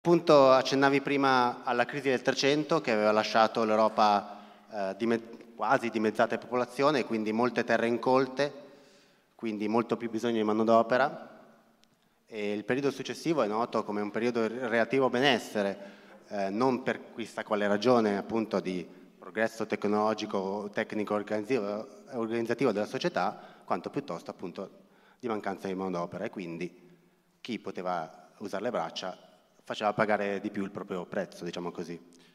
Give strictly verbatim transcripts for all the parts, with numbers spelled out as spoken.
Appunto accennavi prima alla crisi del Trecento che aveva lasciato l'Europa eh, dime- quasi dimezzata di popolazione, quindi molte terre incolte, quindi molto più bisogno di manodopera. E il periodo successivo è noto come un periodo di relativo benessere, eh, non per questa quale ragione appunto di progresso tecnologico, tecnico, organizzativo, organizzativo della società, quanto piuttosto appunto di mancanza di manodopera, e quindi chi poteva usare le braccia faceva pagare di più il proprio prezzo, diciamo così.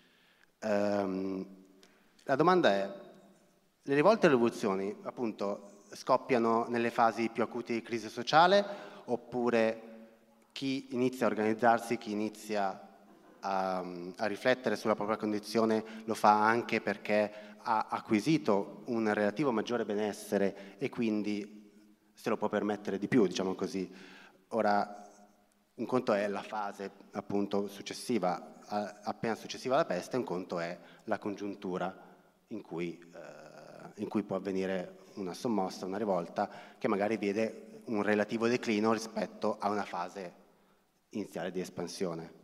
Ehm, la domanda è: le rivolte e le rivoluzioni appunto scoppiano nelle fasi più acuti di crisi sociale, oppure chi inizia a organizzarsi, chi inizia a, a riflettere sulla propria condizione lo fa anche perché ha acquisito un relativo maggiore benessere e quindi se lo può permettere di più, diciamo così. Ora, un conto è la fase appunto successiva, appena successiva alla peste, un conto è la congiuntura in cui, eh, in cui può avvenire una sommossa, una rivolta, che magari vede un relativo declino rispetto a una fase iniziale di espansione.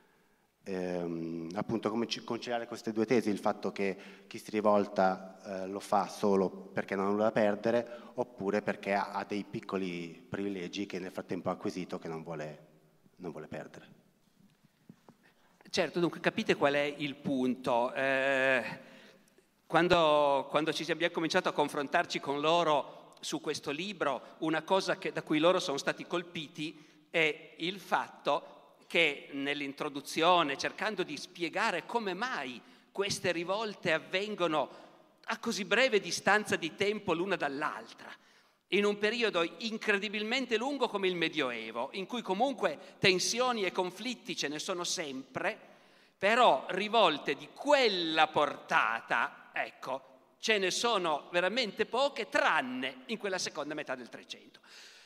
Ehm, appunto, come conciliare queste due tesi, il fatto che chi si rivolta eh, lo fa solo perché non ha nulla da perdere, oppure perché ha, ha dei piccoli privilegi che nel frattempo ha acquisito, che non vuole non vuole perdere. Certo, dunque capite qual è il punto. Eh, quando, quando ci abbiamo cominciato a confrontarci con loro su questo libro, una cosa che, da cui loro sono stati colpiti è il fatto che nell'introduzione, cercando di spiegare come mai queste rivolte avvengono a così breve distanza di tempo l'una dall'altra, in un periodo incredibilmente lungo come il Medioevo, in cui comunque tensioni e conflitti ce ne sono sempre, però rivolte di quella portata, ecco, ce ne sono veramente poche, tranne in quella seconda metà del Trecento.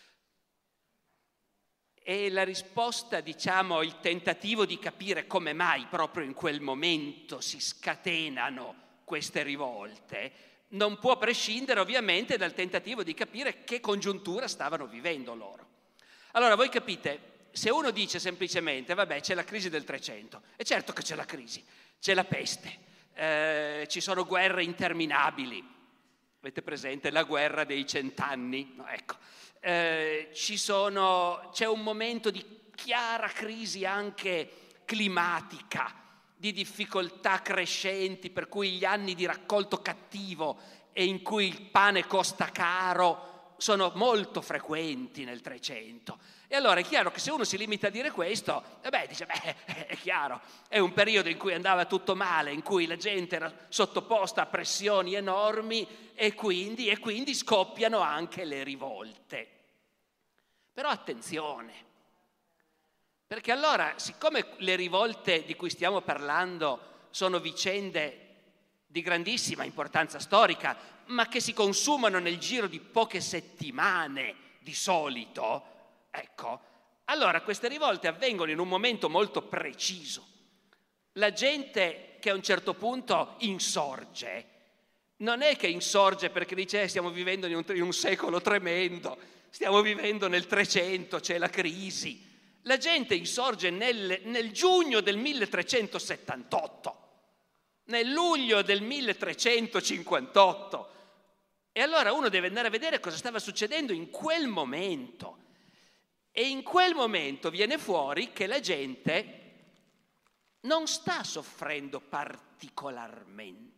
E la risposta, diciamo, il tentativo di capire come mai proprio in quel momento si scatenano queste rivolte, non può prescindere ovviamente dal tentativo di capire che congiuntura stavano vivendo loro. Allora voi capite, se uno dice semplicemente vabbè c'è la crisi del Trecento, è certo che c'è la crisi, c'è la peste, eh, ci sono guerre interminabili, avete presente la guerra dei cent'anni? No, ecco, eh, ci sono, c'è un momento di chiara crisi anche climatica, di difficoltà crescenti, per cui gli anni di raccolto cattivo e in cui il pane costa caro sono molto frequenti nel Trecento. E allora è chiaro che se uno si limita a dire questo, eh beh, dice, beh, è chiaro, è un periodo in cui andava tutto male, in cui la gente era sottoposta a pressioni enormi e quindi, e quindi scoppiano anche le rivolte. Però attenzione, perché allora, siccome le rivolte di cui stiamo parlando sono vicende di grandissima importanza storica, ma che si consumano nel giro di poche settimane di solito, ecco, allora queste rivolte avvengono in un momento molto preciso. La gente che a un certo punto insorge, non è che insorge perché dice eh, stiamo vivendo in un, in un secolo tremendo, stiamo vivendo nel Trecento, c'è la crisi. La gente insorge nel, nel giugno del milletrecentosettantotto, nel luglio del milletrecentocinquantotto. E allora uno deve andare a vedere cosa stava succedendo in quel momento. E in quel momento viene fuori che la gente non sta soffrendo particolarmente.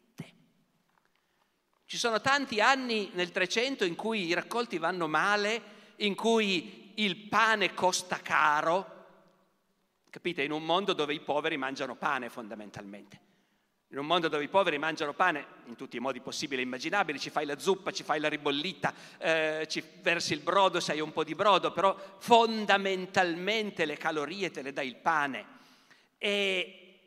Ci sono tanti anni nel Trecento in cui i raccolti vanno male, in cui il pane costa caro, capite? In un mondo dove i poveri mangiano pane fondamentalmente. In un mondo dove i poveri mangiano pane in tutti i modi possibili e immaginabili, ci fai la zuppa, ci fai la ribollita, eh, ci versi il brodo se hai un po' di brodo, però fondamentalmente le calorie te le dà il pane. E,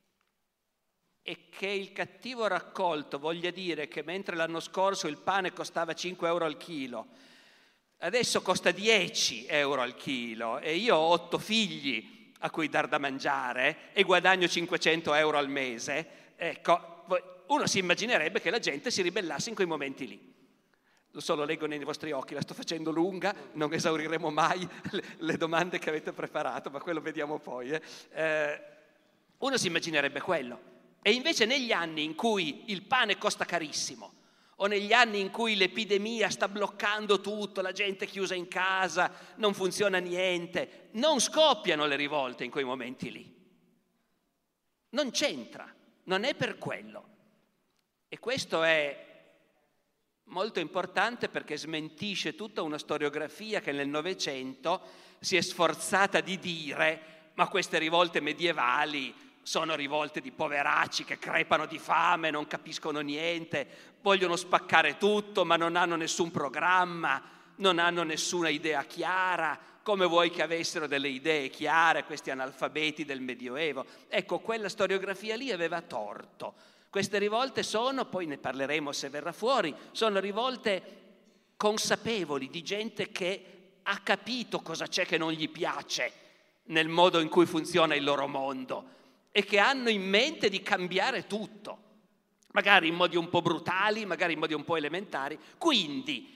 e che il cattivo raccolto voglia dire che mentre l'anno scorso il pane costava cinque euro al chilo, adesso costa dieci euro al chilo e io ho otto figli a cui dar da mangiare e guadagno cinquecento euro al mese, ecco, uno si immaginerebbe che la gente si ribellasse in quei momenti lì. lo so, lo leggo nei vostri occhi, la sto facendo lunga, non esauriremo mai le, le domande che avete preparato, ma quello vediamo poi. Eh. Eh, uno si immaginerebbe quello. E invece negli anni in cui il pane costa carissimo, o negli anni in cui l'epidemia sta bloccando tutto, la gente è chiusa in casa, non funziona niente, non scoppiano le rivolte in quei momenti lì. Non c'entra, non è per quello. E questo è molto importante perché smentisce tutta una storiografia che nel Novecento si è sforzata di dire ma queste rivolte medievali sono rivolte di poveracci che crepano di fame, non capiscono niente, vogliono spaccare tutto ma non hanno nessun programma, non hanno nessuna idea chiara. Come vuoi che avessero delle idee chiare questi analfabeti del Medioevo? Ecco, quella storiografia lì aveva torto. Queste rivolte sono, poi ne parleremo se verrà fuori, sono rivolte consapevoli di gente che ha capito cosa c'è che non gli piace nel modo in cui funziona il loro mondo e che hanno in mente di cambiare tutto, magari in modi un po' brutali, magari in modi un po' elementari. Quindi,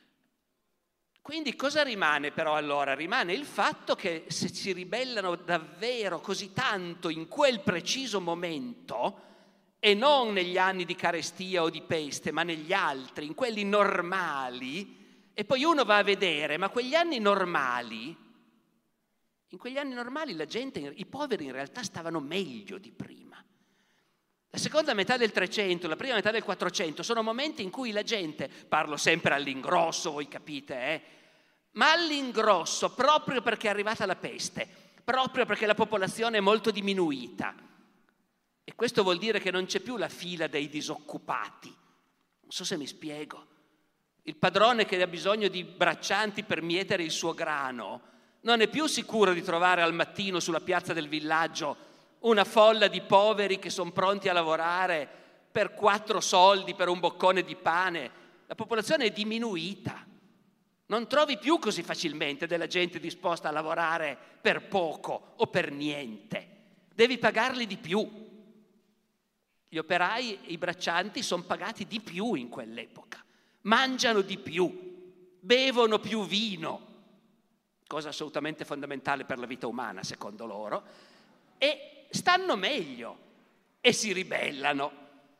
quindi cosa rimane però allora? Rimane il fatto che se si ribellano davvero così tanto in quel preciso momento, e non negli anni di carestia o di peste, ma negli altri, in quelli normali, e poi uno va a vedere, ma quegli anni normali, in quegli anni normali la gente, i poveri in realtà stavano meglio di prima. La seconda metà del trecento, la prima metà del quattrocento sono momenti in cui la gente, parlo sempre all'ingrosso, voi capite, eh? Ma all'ingrosso, proprio perché è arrivata la peste, proprio perché la popolazione è molto diminuita, e questo vuol dire che non c'è più la fila dei disoccupati. Non so se mi spiego. Il padrone che ha bisogno di braccianti per mietere il suo grano non è più sicuro di trovare al mattino sulla piazza del villaggio una folla di poveri che sono pronti a lavorare per quattro soldi, per un boccone di pane. La popolazione è diminuita. Non trovi più così facilmente della gente disposta a lavorare per poco o per niente. Devi pagarli di più. Gli operai e i braccianti sono pagati di più in quell'epoca, mangiano di più, bevono più vino, cosa assolutamente fondamentale per la vita umana secondo loro, e stanno meglio e si ribellano.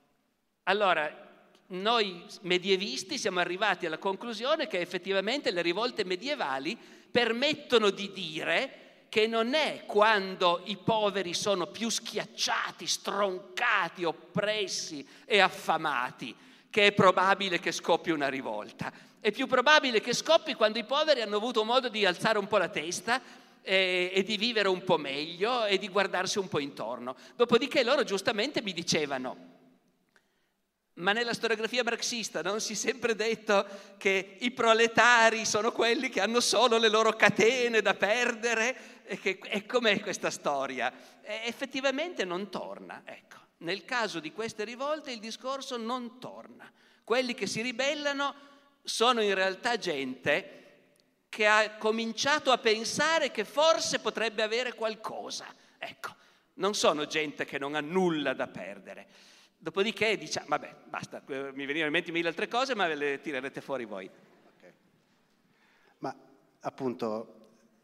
Allora, noi medievisti siamo arrivati alla conclusione che effettivamente le rivolte medievali permettono di dire che non è quando i poveri sono più schiacciati, stroncati, oppressi e affamati che è probabile che scoppi una rivolta. È più probabile che scoppi quando i poveri hanno avuto modo di alzare un po' la testa e, e di vivere un po' meglio e di guardarsi un po' intorno. Dopodiché loro giustamente mi dicevano: ma nella storiografia marxista non si è sempre detto che i proletari sono quelli che hanno solo le loro catene da perdere? E, che, e com'è questa storia? E effettivamente non torna, ecco. Nel caso di queste rivolte il discorso non torna. Quelli che si ribellano sono in realtà gente che ha cominciato a pensare che forse potrebbe avere qualcosa. Ecco, non sono gente che non ha nulla da perdere. Dopodiché diciamo, vabbè, basta, mi venivano in mente mille altre cose, ma ve le tirerete fuori voi. Okay. Ma appunto,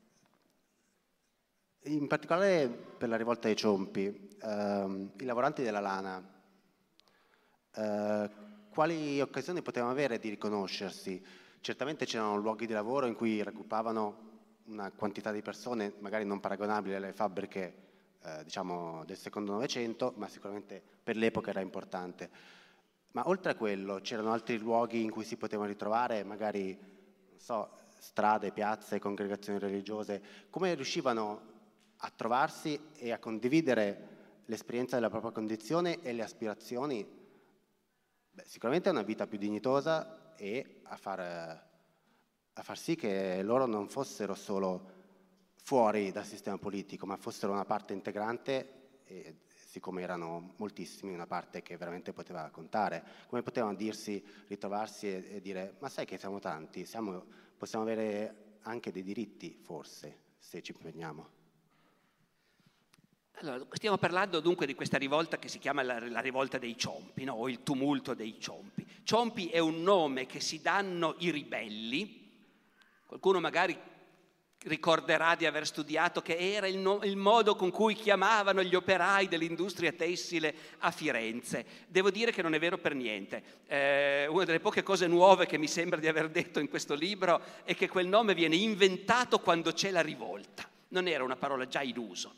in particolare per la rivolta dei Ciompi, ehm, i lavoranti della lana, eh, quali occasioni potevano avere di riconoscersi? Certamente c'erano luoghi di lavoro in cui raggruppavano una quantità di persone, magari non paragonabile alle fabbriche Eh, diciamo del secondo Novecento, ma sicuramente per l'epoca era importante. Ma oltre a quello c'erano altri luoghi in cui si potevano ritrovare, magari non so, strade, piazze, congregazioni religiose. Come riuscivano a trovarsi e a condividere l'esperienza della propria condizione e le aspirazioni? Beh, sicuramente a una vita più dignitosa e a far, a far sì che loro non fossero solo fuori dal sistema politico, ma fossero una parte integrante, e siccome erano moltissimi, una parte che veramente poteva contare. Come potevano dirsi, ritrovarsi e, e dire: ma sai che siamo tanti, siamo, possiamo avere anche dei diritti, forse, se ci impegniamo. Allora, stiamo parlando dunque di questa rivolta che si chiama la, la rivolta dei Ciompi, no? O il tumulto dei Ciompi. Ciompi è un nome che si danno i ribelli. Qualcuno magari ricorderà di aver studiato che era il, no- il modo con cui chiamavano gli operai dell'industria tessile a Firenze. Devo dire che non è vero per niente. Eh, una delle poche cose nuove che mi sembra di aver detto in questo libro è che quel nome viene inventato quando c'è la rivolta. Non era una parola già in uso.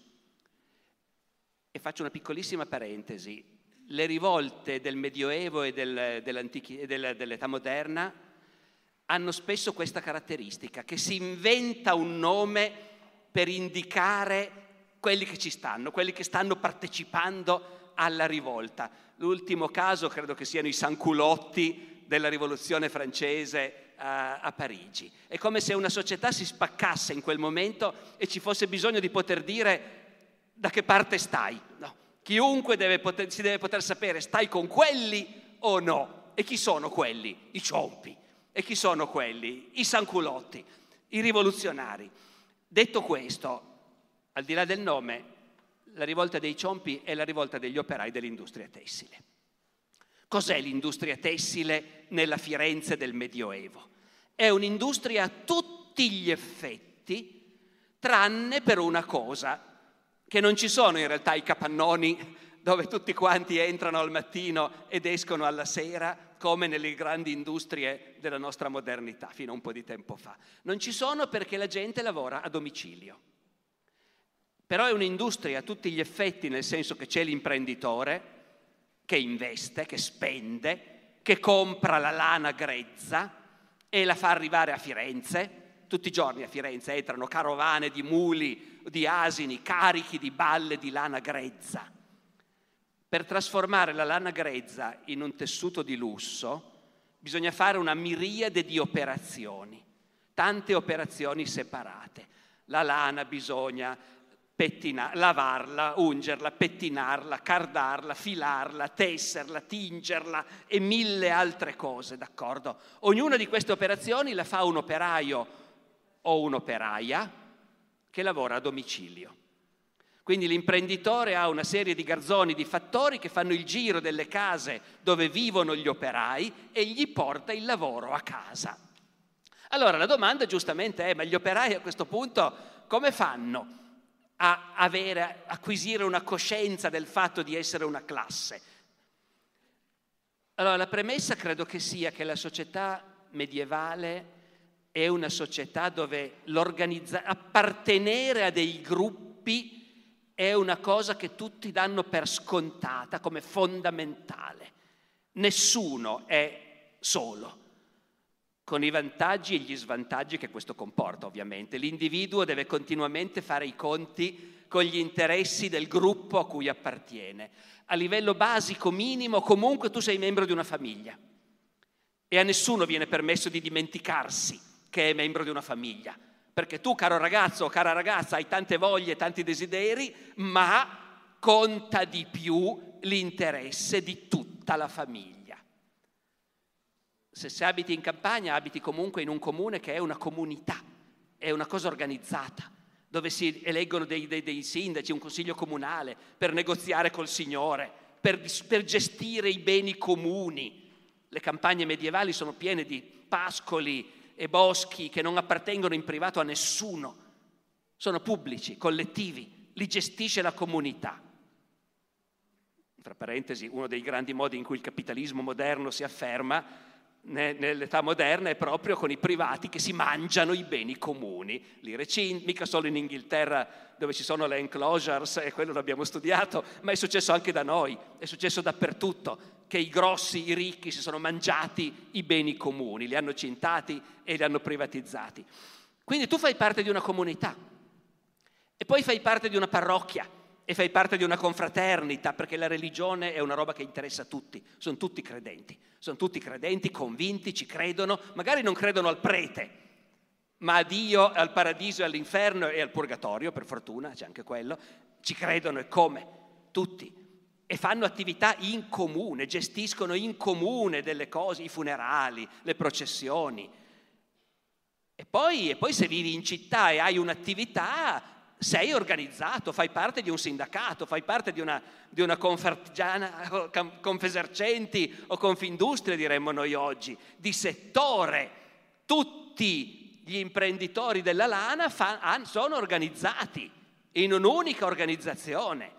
E faccio una piccolissima parentesi. Le rivolte del Medioevo e del, dell'antichi- del, dell'età moderna hanno spesso questa caratteristica, che si inventa un nome per indicare quelli che ci stanno, quelli che stanno partecipando alla rivolta. L'ultimo caso credo che siano i Sanculotti della Rivoluzione francese a, a Parigi. È come se una società si spaccasse in quel momento e ci fosse bisogno di poter dire da che parte stai. No. Chiunque deve poter, si deve poter sapere stai con quelli o no. E chi sono quelli? I ciompi. E chi sono quelli? I Sanculotti, i rivoluzionari. Detto questo, al di là del nome, la rivolta dei ciompi è la rivolta degli operai dell'industria tessile. Cos'è l'industria tessile nella Firenze del Medioevo? È un'industria a tutti gli effetti, tranne per una cosa, che non ci sono in realtà i capannoni dove tutti quanti entrano al mattino ed escono alla sera, come nelle grandi industrie della nostra modernità, fino a un po' di tempo fa. Non ci sono perché la gente lavora a domicilio. Però è un'industria a tutti gli effetti, nel senso che c'è l'imprenditore che investe, che spende, che compra la lana grezza e la fa arrivare a Firenze. Tutti i giorni a Firenze entrano carovane di muli, di asini, carichi di balle di lana grezza. Per trasformare la lana grezza in un tessuto di lusso bisogna fare una miriade di operazioni, tante operazioni separate. La lana bisogna pettina, lavarla, ungerla, pettinarla, cardarla, filarla, tesserla, tingerla e mille altre cose, d'accordo? Ognuna di queste operazioni la fa un operaio o un'operaia che lavora a domicilio. Quindi l'imprenditore ha una serie di garzoni, di fattori che fanno il giro delle case dove vivono gli operai e gli porta il lavoro a casa. Allora la domanda giustamente è: ma gli operai a questo punto come fanno a avere, acquisire una coscienza del fatto di essere una classe? Allora la premessa credo che sia che la società medievale è una società dove appartenere a dei gruppi è una cosa che tutti danno per scontata come fondamentale. Nessuno è solo, con i vantaggi e gli svantaggi che questo comporta, ovviamente. L'individuo deve continuamente fare i conti con gli interessi del gruppo a cui appartiene. A livello basico, minimo, comunque tu sei membro di una famiglia e a nessuno viene permesso di dimenticarsi che è membro di una famiglia. Perché tu, caro ragazzo o cara ragazza, hai tante voglie, tanti desideri, ma conta di più l'interesse di tutta la famiglia. Se, se abiti in campagna, abiti comunque in un comune che è una comunità, è una cosa organizzata, dove si eleggono dei, dei, dei sindaci, un consiglio comunale, per negoziare col Signore, per, per gestire i beni comuni. Le campagne medievali sono piene di pascoli e boschi che non appartengono in privato a nessuno, sono pubblici, collettivi, li gestisce la comunità. Tra parentesi, uno dei grandi modi in cui il capitalismo moderno si afferma nell'età moderna è proprio con i privati che si mangiano i beni comuni, li recinti, mica solo in Inghilterra dove ci sono le enclosures, e quello l'abbiamo studiato, ma è successo anche da noi, è successo dappertutto, che i grossi, i ricchi si sono mangiati i beni comuni, li hanno cintati e li hanno privatizzati. Quindi tu fai parte di una comunità e poi fai parte di una parrocchia e fai parte di una confraternita, perché la religione è una roba che interessa a tutti, sono tutti credenti, sono tutti credenti, convinti, ci credono, magari non credono al prete, ma a Dio, al paradiso e all'inferno e al purgatorio, per fortuna c'è anche quello, ci credono, e come? Tutti. E fanno attività in comune, gestiscono in comune delle cose, i funerali, le processioni. E poi, e poi se vivi in città e hai un'attività, sei organizzato, fai parte di un sindacato, fai parte di una, di una Confartigiana, Confesercenti o Confindustria, diremmo noi oggi, di settore. Tutti gli imprenditori della lana fa, sono organizzati in un'unica organizzazione.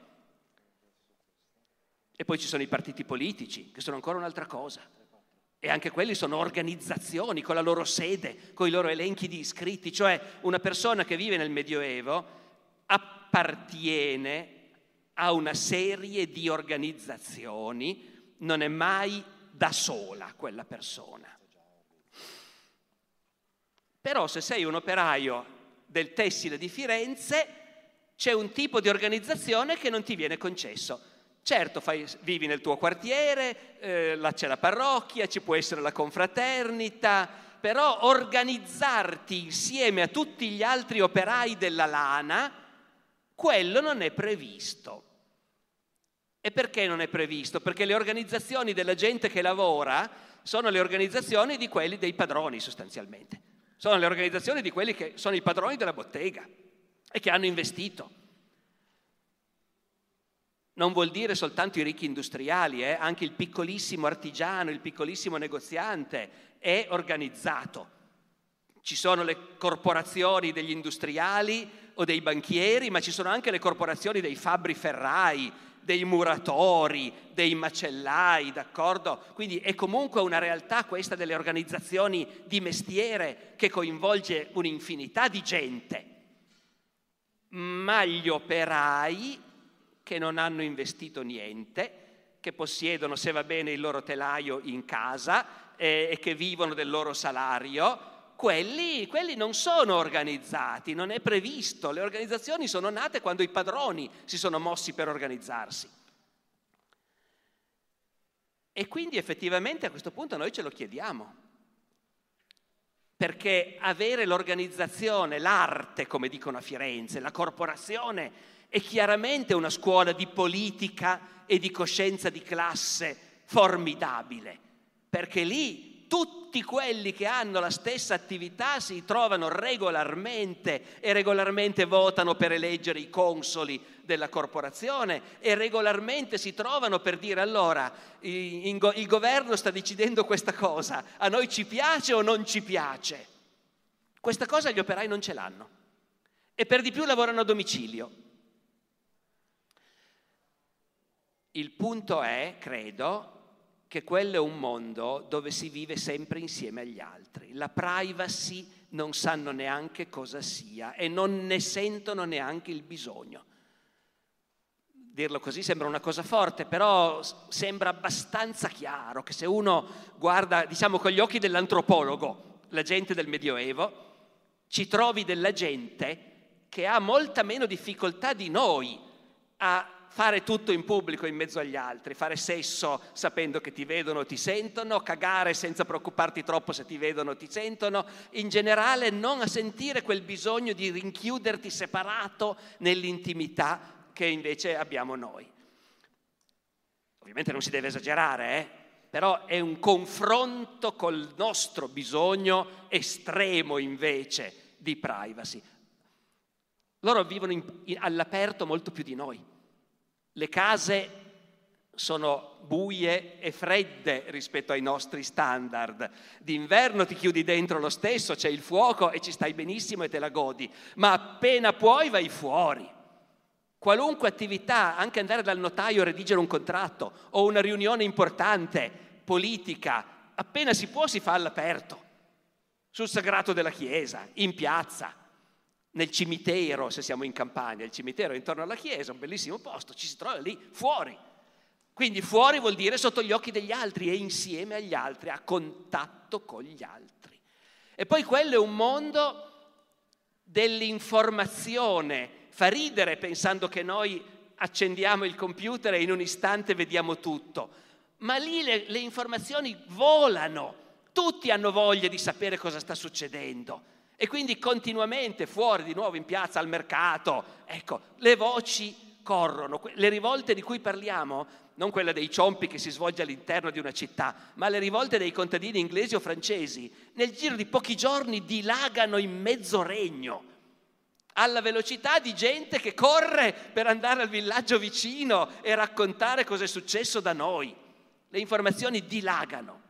E poi ci sono i partiti politici, che sono ancora un'altra cosa. E anche quelli sono organizzazioni con la loro sede, con i loro elenchi di iscritti. Cioè una persona che vive nel Medioevo appartiene a una serie di organizzazioni, non è mai da sola quella persona. Però se sei un operaio del tessile di Firenze, c'è un tipo di organizzazione che non ti viene concesso. Certo, fai, vivi nel tuo quartiere, eh, là c'è la parrocchia, ci può essere la confraternita, però organizzarti insieme a tutti gli altri operai della lana, quello non è previsto. E perché non è previsto? Perché le organizzazioni della gente che lavora sono le organizzazioni di quelli dei padroni, sostanzialmente. Sono le organizzazioni di quelli che sono i padroni della bottega e che hanno investito. Non vuol dire soltanto i ricchi industriali, eh? Anche il piccolissimo artigiano, il piccolissimo negoziante è organizzato. Ci sono le corporazioni degli industriali o dei banchieri, ma ci sono anche le corporazioni dei fabbri ferrai, dei muratori, dei macellai, d'accordo? Quindi è comunque una realtà questa delle organizzazioni di mestiere che coinvolge un'infinità di gente. Ma gli operai che non hanno investito niente, che possiedono, se va bene, il loro telaio in casa eh, e che vivono del loro salario, quelli, quelli non sono organizzati, non è previsto. Le organizzazioni sono nate quando i padroni si sono mossi per organizzarsi. E quindi effettivamente a questo punto noi ce lo chiediamo. Perché avere l'organizzazione, l'arte, come dicono a Firenze, la corporazione, è chiaramente una scuola di politica e di coscienza di classe formidabile, perché lì tutti quelli che hanno la stessa attività si trovano regolarmente e regolarmente votano per eleggere i consoli della corporazione e regolarmente si trovano per dire allora il governo sta decidendo questa cosa, a noi ci piace o non ci piace? Questa cosa gli operai non ce l'hanno e per di più lavorano a domicilio. Il punto è, credo, che quello è un mondo dove si vive sempre insieme agli altri. La privacy non sanno neanche cosa sia e non ne sentono neanche il bisogno. Dirlo così sembra una cosa forte, però sembra abbastanza chiaro che se uno guarda, diciamo, con gli occhi dell'antropologo, la gente del Medioevo, ci trovi della gente che ha molta meno difficoltà di noi a fare tutto in pubblico in mezzo agli altri, fare sesso sapendo che ti vedono o ti sentono, cagare senza preoccuparti troppo se ti vedono o ti sentono, in generale non a sentire quel bisogno di rinchiuderti separato nell'intimità che invece abbiamo noi. Ovviamente non si deve esagerare, eh? Però è un confronto col nostro bisogno estremo invece di privacy. Loro vivono in, in, all'aperto molto più di noi. Le case sono buie e fredde rispetto ai nostri standard. D'inverno ti chiudi dentro lo stesso, c'è il fuoco e ci stai benissimo e te la godi, ma appena puoi vai fuori. Qualunque attività, anche andare dal notaio a redigere un contratto o una riunione importante, politica, appena si può si fa all'aperto, sul sagrato della chiesa, in piazza. Nel cimitero, se siamo in campagna, il cimitero è intorno alla chiesa, un bellissimo posto, ci si trova lì, fuori. Quindi fuori vuol dire sotto gli occhi degli altri e insieme agli altri, a contatto con gli altri. E poi quello è un mondo dell'informazione. Fa ridere pensando che noi accendiamo il computer e in un istante vediamo tutto. Ma lì le, le informazioni volano, tutti hanno voglia di sapere cosa sta succedendo. E quindi continuamente fuori, di nuovo in piazza, al mercato, ecco, le voci corrono. Le rivolte di cui parliamo, non quella dei ciompi che si svolge all'interno di una città, ma le rivolte dei contadini inglesi o francesi, nel giro di pochi giorni dilagano in mezzo regno. alla velocità di gente che corre per andare al villaggio vicino e raccontare cosa è successo da noi. Le informazioni dilagano.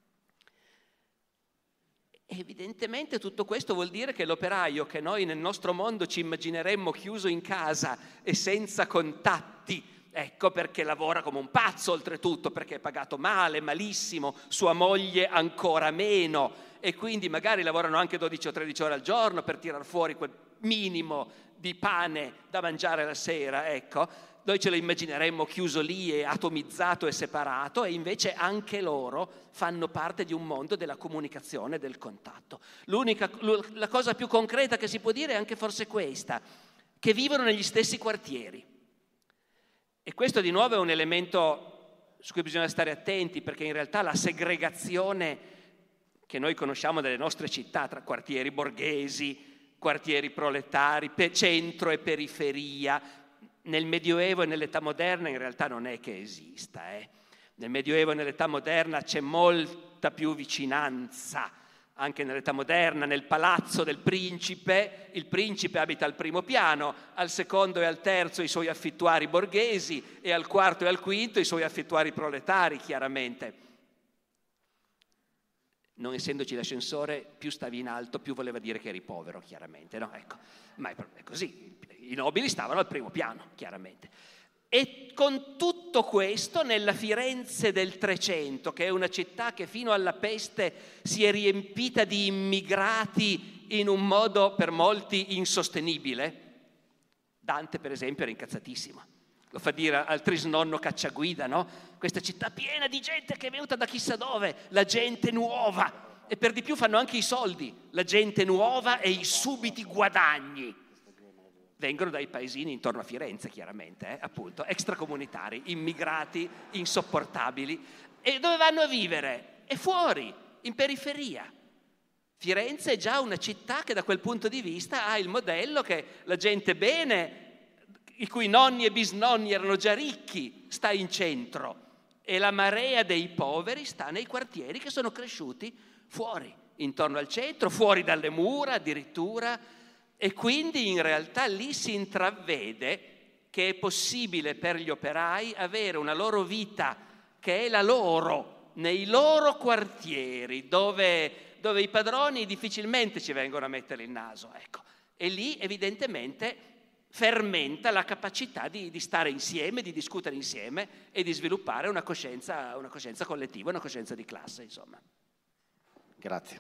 Evidentemente tutto questo vuol dire che l'operaio, che noi nel nostro mondo ci immagineremmo chiuso in casa e senza contatti, ecco perché lavora come un pazzo oltretutto, perché è pagato male, malissimo, sua moglie ancora meno, e quindi magari lavorano anche dodici o tredici ore al giorno per tirar fuori quel minimo di pane da mangiare la sera, ecco. Noi ce lo immagineremmo chiuso lì e atomizzato e separato, e invece anche loro fanno parte di un mondo della comunicazione e del contatto. L'unica, la cosa più concreta che si può dire è anche forse questa, che vivono negli stessi quartieri. E questo di nuovo è un elemento su cui bisogna stare attenti, perché in realtà la segregazione che noi conosciamo delle nostre città tra quartieri borghesi, quartieri proletari, centro e periferia, nel Medioevo e nell'età moderna in realtà non è che esista. Eh. Nel Medioevo e nell'età moderna c'è molta più vicinanza. Anche nell'età moderna, nel palazzo del principe, il principe abita al primo piano, al secondo e al terzo i suoi affittuari borghesi e al quarto e al quinto i suoi affittuari proletari, chiaramente. Non essendoci l'ascensore, più stavi in alto, più voleva dire che eri povero, chiaramente, no? Ecco. Ma è così, i nobili stavano al primo piano, chiaramente. E con tutto questo, nella Firenze del Trecento, che è una città che fino alla peste si è riempita di immigrati in un modo per molti insostenibile, Dante per esempio era incazzatissimo. Lo fa dire al trisnonno Cacciaguida, no? Questa città piena di gente che è venuta da chissà dove, la gente nuova. E per di più fanno anche i soldi, la gente nuova e i subiti guadagni. Vengono dai paesini intorno a Firenze, chiaramente, eh? Appunto, extracomunitari, immigrati insopportabili. E dove vanno a vivere? È fuori, in periferia. Firenze è già una città che da quel punto di vista ha il modello che la gente bene, i cui nonni e bisnonni erano già ricchi, sta in centro, e la marea dei poveri sta nei quartieri che sono cresciuti fuori, intorno al centro, fuori dalle mura addirittura, e quindi in realtà lì si intravede che è possibile per gli operai avere una loro vita che è la loro, nei loro quartieri, dove, dove i padroni difficilmente ci vengono a mettere il naso, ecco. E lì evidentemente fermenta la capacità di, di stare insieme, di discutere insieme e di sviluppare una coscienza, una coscienza collettiva, una coscienza di classe, insomma. Grazie.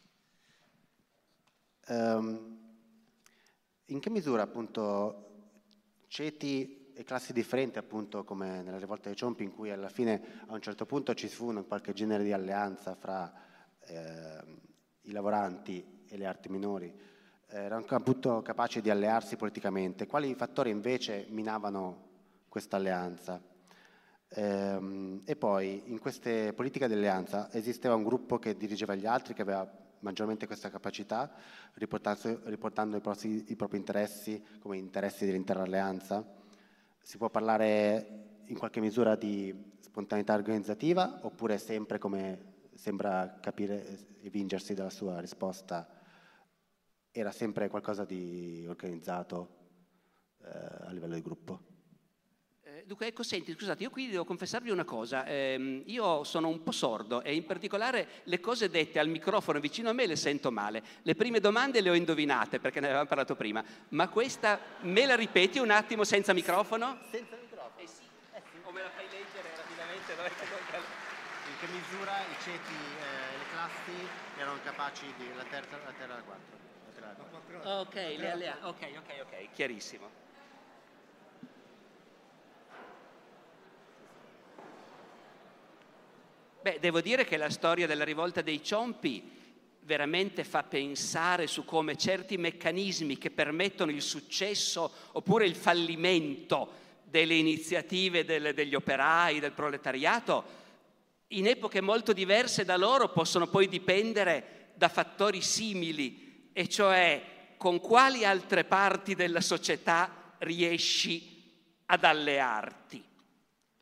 Um, in che misura appunto ceti e classi differenti, appunto come nella rivolta dei Ciompi, in cui alla fine a un certo punto ci fu una qualche genere di alleanza fra eh, i lavoranti e le arti minori, erano appunto capaci di allearsi politicamente. Quali fattori invece minavano questa alleanza? Ehm, e poi in queste politiche di alleanza esisteva un gruppo che dirigeva gli altri, che aveva maggiormente questa capacità, riportando, riportando i, propri, i propri interessi come interessi dell'intera alleanza. Si può parlare in qualche misura di spontaneità organizzativa, oppure sempre, come sembra capire e vincersi dalla sua risposta, era sempre qualcosa di organizzato eh, a livello di gruppo? Eh, dunque, ecco, senti, scusate, io qui devo confessarvi una cosa. Eh, io sono un po' sordo e in particolare le cose dette al microfono vicino a me le sento male. Le prime domande le ho indovinate perché ne avevamo parlato prima, ma questa me la ripeti un attimo senza microfono? Senza microfono? Eh sì, eh sì. O me la fai leggere rapidamente? Dove... In che misura i ceti e eh, le classi erano capaci di... la terza, la terza e la quarta? Ok, le allea- ok, ok, ok, chiarissimo. Beh, devo dire che la storia della rivolta dei Ciompi veramente fa pensare su come certi meccanismi che permettono il successo oppure il fallimento delle iniziative del, degli operai, del proletariato, in epoche molto diverse da loro possono poi dipendere da fattori simili, e cioè con quali altre parti della società riesci ad allearti.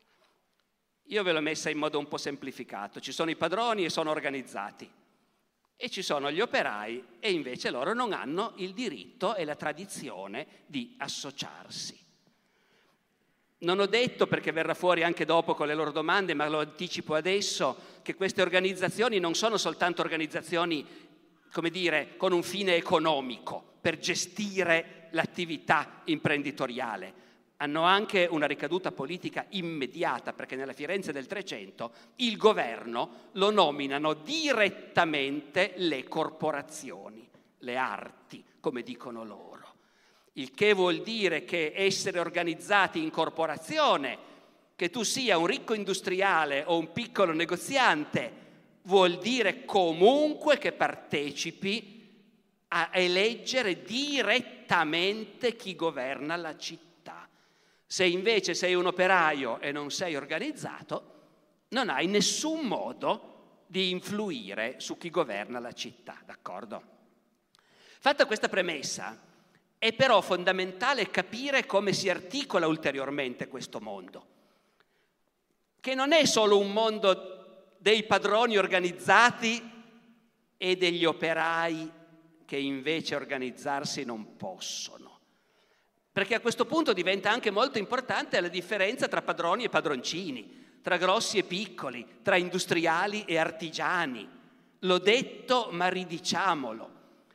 Io ve l'ho messa in modo un po' semplificato. Ci sono i padroni e sono organizzati. e ci sono gli operai e invece loro non hanno il diritto e la tradizione di associarsi. Non ho detto, perché verrà fuori anche dopo con le loro domande, ma lo anticipo adesso, che queste organizzazioni non sono soltanto organizzazioni, come dire, con un fine economico, per gestire l'attività imprenditoriale. Hanno anche una ricaduta politica immediata, perché nella Firenze del Trecento il governo lo nominano direttamente le corporazioni, le arti, come dicono loro. Il che vuol dire che essere organizzati in corporazione, che tu sia un ricco industriale o un piccolo negoziante, vuol dire comunque che partecipi a eleggere direttamente chi governa la città. Se invece sei un operaio e non sei organizzato, non hai nessun modo di influire su chi governa la città, d'accordo? Fatta questa premessa, è però fondamentale capire come si articola ulteriormente questo mondo, che non è solo un mondo dei padroni organizzati e degli operai che invece organizzarsi non possono. Perché a questo punto diventa anche molto importante la differenza tra padroni e padroncini, tra grossi e piccoli, tra industriali e artigiani. L'ho detto, ma ridiciamolo.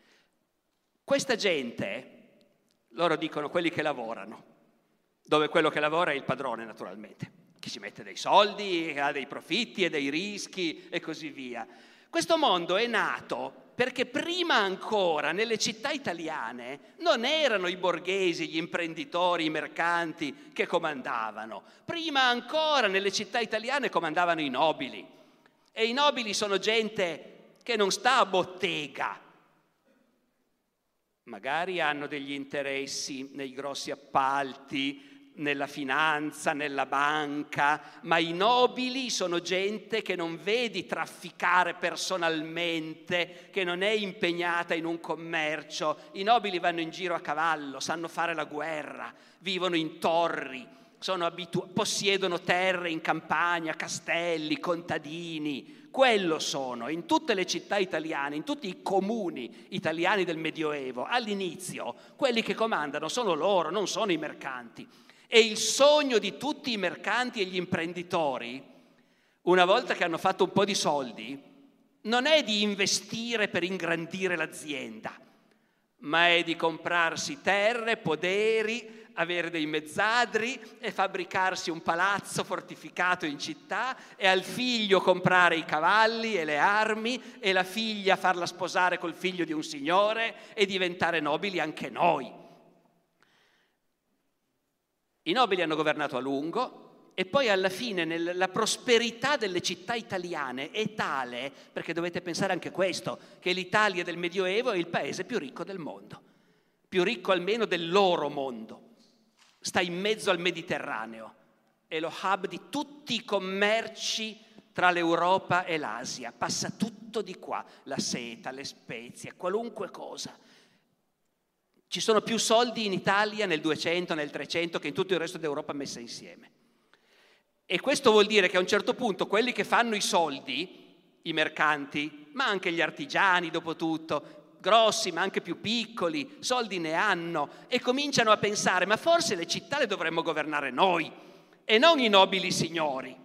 Questa gente, loro dicono quelli che lavorano, dove quello che lavora è il padrone naturalmente, che ci mette dei soldi, che ha dei profitti e dei rischi e così via. Questo mondo è nato perché prima ancora nelle città italiane non erano i borghesi, gli imprenditori, i mercanti che comandavano. Prima ancora nelle città italiane comandavano i nobili. E i nobili sono gente che non sta a bottega. Magari hanno degli interessi nei grossi appalti, nella finanza, nella banca, ma i nobili sono gente che non vedi trafficare personalmente, che non è impegnata in un commercio. I nobili vanno in giro a cavallo, sanno fare la guerra, vivono in torri, sono abitu- possiedono terre in campagna, castelli, contadini. Quello sono, in tutte le città italiane, in tutti i comuni italiani del Medioevo, all'inizio, quelli che comandano sono loro, non sono i mercanti. E il sogno di tutti i mercanti e gli imprenditori, una volta che hanno fatto un po' di soldi, non è di investire per ingrandire l'azienda, ma è di comprarsi terre, poderi, avere dei mezzadri e fabbricarsi un palazzo fortificato in città e al figlio comprare i cavalli e le armi e la figlia farla sposare col figlio di un signore e diventare nobili anche noi. I nobili hanno governato a lungo e poi alla fine nel, la prosperità delle città italiane è tale, perché dovete pensare anche questo, che l'Italia del Medioevo è il paese più ricco del mondo, più ricco almeno del loro mondo. Sta in mezzo al Mediterraneo, è lo hub di tutti i commerci tra l'Europa e l'Asia, passa tutto di qua, la seta, le spezie, qualunque cosa. Ci sono più soldi in Italia nel duecento, nel trecento che in tutto il resto d'Europa messa insieme. E questo vuol dire che a un certo punto quelli che fanno i soldi, i mercanti, ma anche gli artigiani dopo tutto, grossi ma anche più piccoli, soldi ne hanno e cominciano a pensare ma forse le città le dovremmo governare noi e non i nobili signori.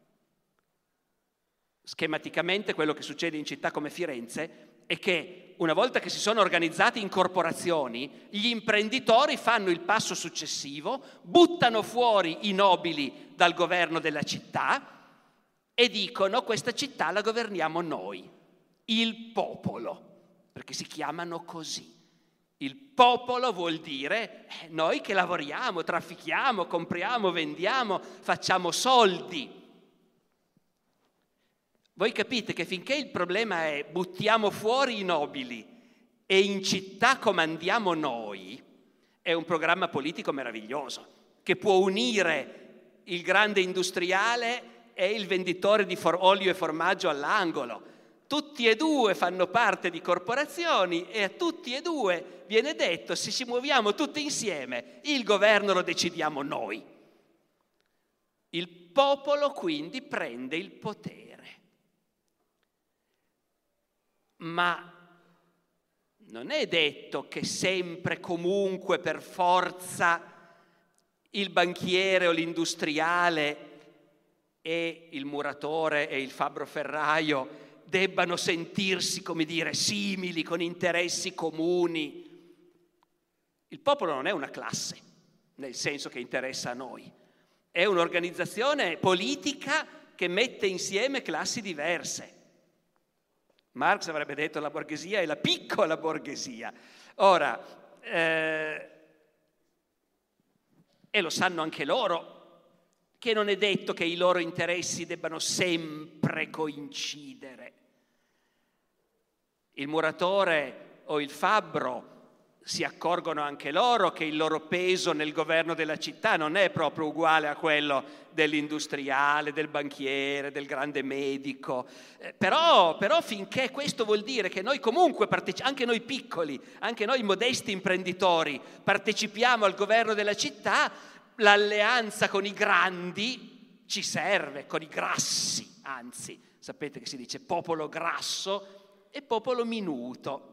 Schematicamente quello che succede in città come Firenze è che una volta che si sono organizzati in corporazioni, gli imprenditori fanno il passo successivo, buttano fuori i nobili dal governo della città e dicono questa città la governiamo noi, il popolo. Perché si chiamano così. Il popolo vuol dire eh, noi che lavoriamo, traffichiamo, compriamo, vendiamo, facciamo soldi. Voi capite che finché il problema è buttiamo fuori i nobili e in città comandiamo noi, è un programma politico meraviglioso che può unire il grande industriale e il venditore di for- olio e formaggio all'angolo. Tutti e due fanno parte di corporazioni e a tutti e due viene detto se ci muoviamo tutti insieme il governo lo decidiamo noi. Il popolo quindi prende il potere. ma non è detto che sempre, comunque, per forza, il banchiere o l'industriale e il muratore e il fabbro ferraio debbano sentirsi, come dire, simili, con interessi comuni. Il popolo non è una classe, nel senso che interessa a noi. È un'organizzazione politica che mette insieme classi diverse. Marx avrebbe detto la borghesia è la piccola borghesia. Ora, eh, e lo sanno anche loro, che non è detto che i loro interessi debbano sempre coincidere. Il muratore o il fabbro si accorgono anche loro che il loro peso nel governo della città non è proprio uguale a quello dell'industriale, del banchiere, del grande medico. Eh, però, però finché questo vuol dire che noi comunque, parteci- anche noi piccoli, anche noi modesti imprenditori, partecipiamo al governo della città, l'alleanza con i grandi ci serve, con i grassi, anzi, sapete che si dice popolo grasso e popolo minuto.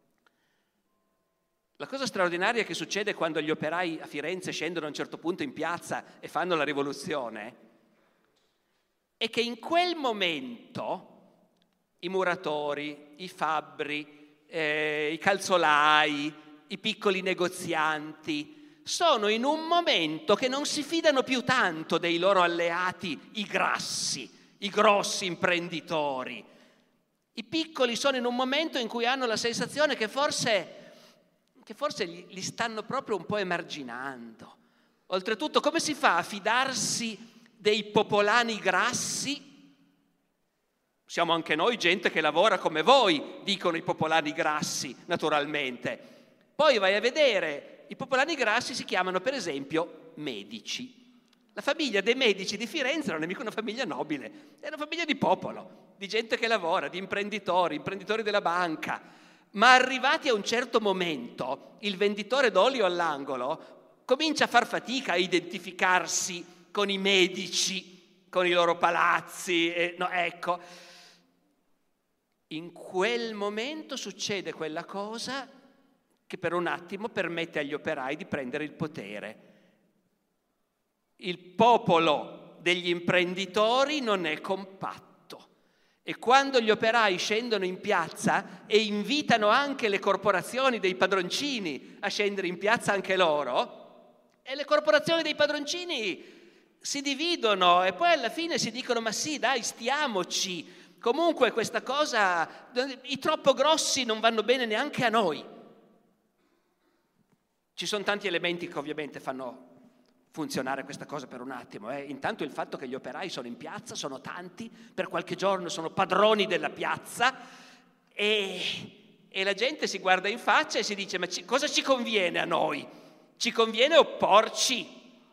La cosa straordinaria che succede quando gli operai a Firenze scendono a un certo punto in piazza e fanno la rivoluzione è che in quel momento i muratori, i fabbri, eh, i calzolai, i piccoli negozianti sono in un momento che non si fidano più tanto dei loro alleati, i grassi, i grossi imprenditori. I piccoli sono in un momento in cui hanno la sensazione che forse... che forse li stanno proprio un po' emarginando. Oltretutto, come si fa a fidarsi dei popolani grassi? Siamo anche noi gente che lavora come voi, dicono i popolani grassi, naturalmente. Poi vai a vedere, i popolani grassi si chiamano, per esempio, medici. La famiglia dei Medici di Firenze non è mica una famiglia nobile, è una famiglia di popolo, di gente che lavora, di imprenditori, imprenditori della banca. Ma arrivati a un certo momento, il venditore d'olio all'angolo comincia a far fatica a identificarsi con i medici, con i loro palazzi. E, no, ecco, in quel momento succede quella cosa che per un attimo permette agli operai di prendere il potere. Il popolo degli imprenditori non è compatto. E quando gli operai scendono in piazza e invitano anche le corporazioni dei padroncini a scendere in piazza anche loro, e le corporazioni dei padroncini si dividono e poi alla fine si dicono ma sì dai stiamoci, comunque questa cosa, i troppo grossi non vanno bene neanche a noi. Ci sono tanti elementi che ovviamente fanno funzionare questa cosa per un attimo. Eh. Intanto il fatto che gli operai sono in piazza, sono tanti, per qualche giorno sono padroni della piazza e, e la gente si guarda in faccia e si dice ma ci, cosa ci conviene a noi? Ci conviene opporci?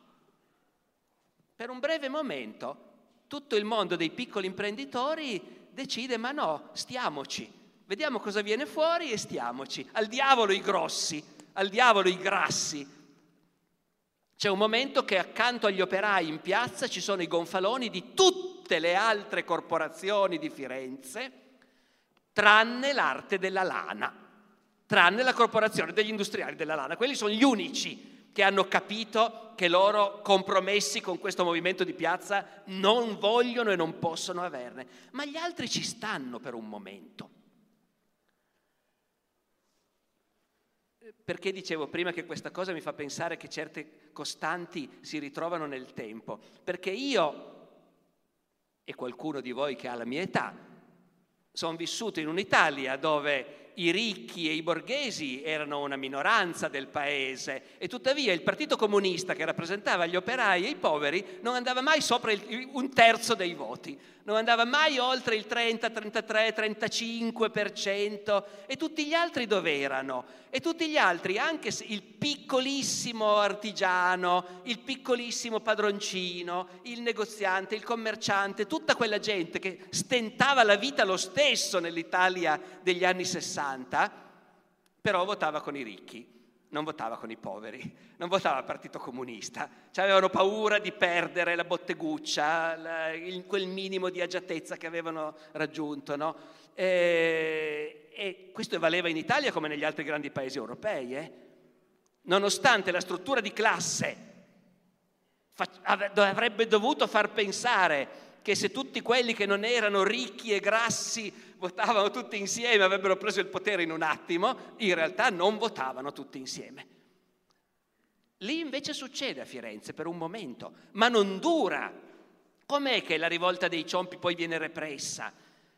Per un breve momento tutto il mondo dei piccoli imprenditori decide ma no, stiamoci, vediamo cosa viene fuori e stiamoci. Al diavolo i grossi, al diavolo i grassi. C'è un momento che accanto agli operai in piazza ci sono i gonfaloni di tutte le altre corporazioni di Firenze, tranne l'arte della lana, tranne la corporazione degli industriali della lana. Quelli sono gli unici che hanno capito che loro, compromessi con questo movimento di piazza, non vogliono e non possono averne. Ma gli altri ci stanno per un momento. Perché dicevo prima che questa cosa mi fa pensare che certe costanti si ritrovano nel tempo? Perché io, e qualcuno di voi che ha la mia età, sono vissuto in un'Italia dove i ricchi e i borghesi erano una minoranza del paese e tuttavia il Partito Comunista, che rappresentava gli operai e i poveri, non andava mai sopra il, un terzo dei voti, non andava mai oltre il trenta, trentatré, trentacinque per cento. E tutti gli altri dove erano? E tutti gli altri, anche il piccolissimo artigiano, il piccolissimo padroncino, il negoziante, il commerciante, tutta quella gente che stentava la vita lo stesso nell'Italia degli anni sessanta, però votava con i ricchi. non votava con i poveri, non votava il Partito Comunista, cioè avevano paura di perdere la botteguccia, la, il, quel minimo di agiatezza che avevano raggiunto, no? E, e questo valeva in Italia come negli altri grandi paesi europei, eh? Nonostante la struttura di classe fa, avrebbe dovuto far pensare che se tutti quelli che non erano ricchi e grassi votavano tutti insieme, avrebbero preso il potere in un attimo, in realtà non votavano tutti insieme. Lì invece succede a Firenze per un momento, ma non dura. Com'è che la rivolta dei Ciompi poi viene repressa?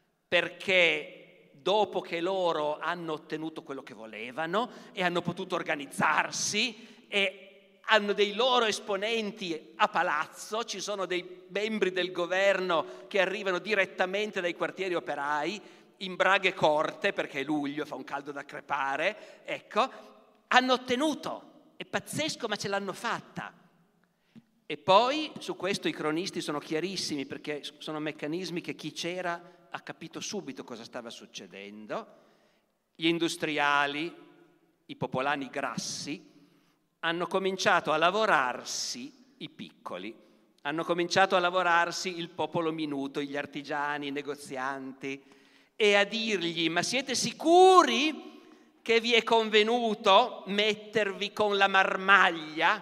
Perché dopo che loro hanno ottenuto quello che volevano e hanno potuto organizzarsi e hanno dei loro esponenti a palazzo, ci sono dei membri del governo che arrivano direttamente dai quartieri operai, in braghe corte, perché è luglio, fa un caldo da crepare, ecco, hanno ottenuto, è pazzesco ma ce l'hanno fatta. E poi su questo i cronisti sono chiarissimi, perché sono meccanismi che chi c'era ha capito subito cosa stava succedendo. Gli industriali, i popolani grassi, hanno cominciato a lavorarsi i piccoli, hanno cominciato a lavorarsi il popolo minuto, gli artigiani, i negozianti, e a dirgli: ma siete sicuri che vi è convenuto mettervi con la marmaglia?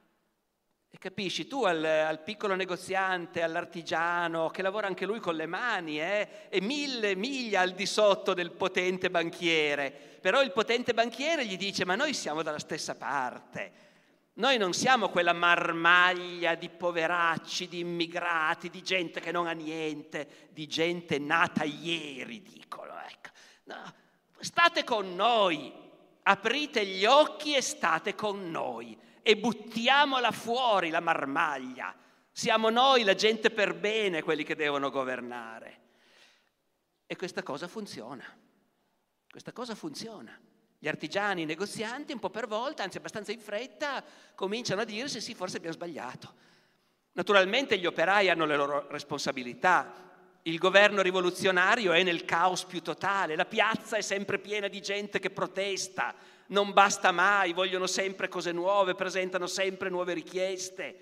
E capisci, tu al, al piccolo negoziante, all'artigiano, che lavora anche lui con le mani, eh, è mille miglia al di sotto del potente banchiere, però il potente banchiere gli dice: ma noi siamo dalla stessa parte, noi non siamo quella marmaglia di poveracci, di immigrati, di gente che non ha niente, di gente nata ieri, dicono, ecco. No, state con noi, aprite gli occhi e state con noi e buttiamola fuori la marmaglia, siamo noi la gente per bene quelli che devono governare. E questa cosa funziona, questa cosa funziona. Gli artigiani, i negozianti, un po' per volta, anzi abbastanza in fretta, cominciano a dirsi: sì, forse abbiamo sbagliato. Naturalmente gli operai hanno le loro responsabilità. Il governo rivoluzionario è nel caos più totale, la piazza è sempre piena di gente che protesta, non basta mai, vogliono sempre cose nuove, presentano sempre nuove richieste.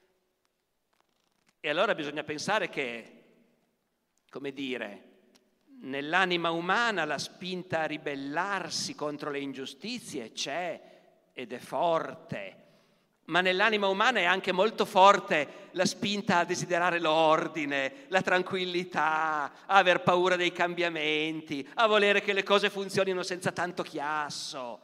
E allora bisogna pensare che, come dire, nell'anima umana la spinta a ribellarsi contro le ingiustizie c'è ed è forte, ma nell'anima umana è anche molto forte la spinta a desiderare l'ordine, la tranquillità, a aver paura dei cambiamenti, a volere che le cose funzionino senza tanto chiasso.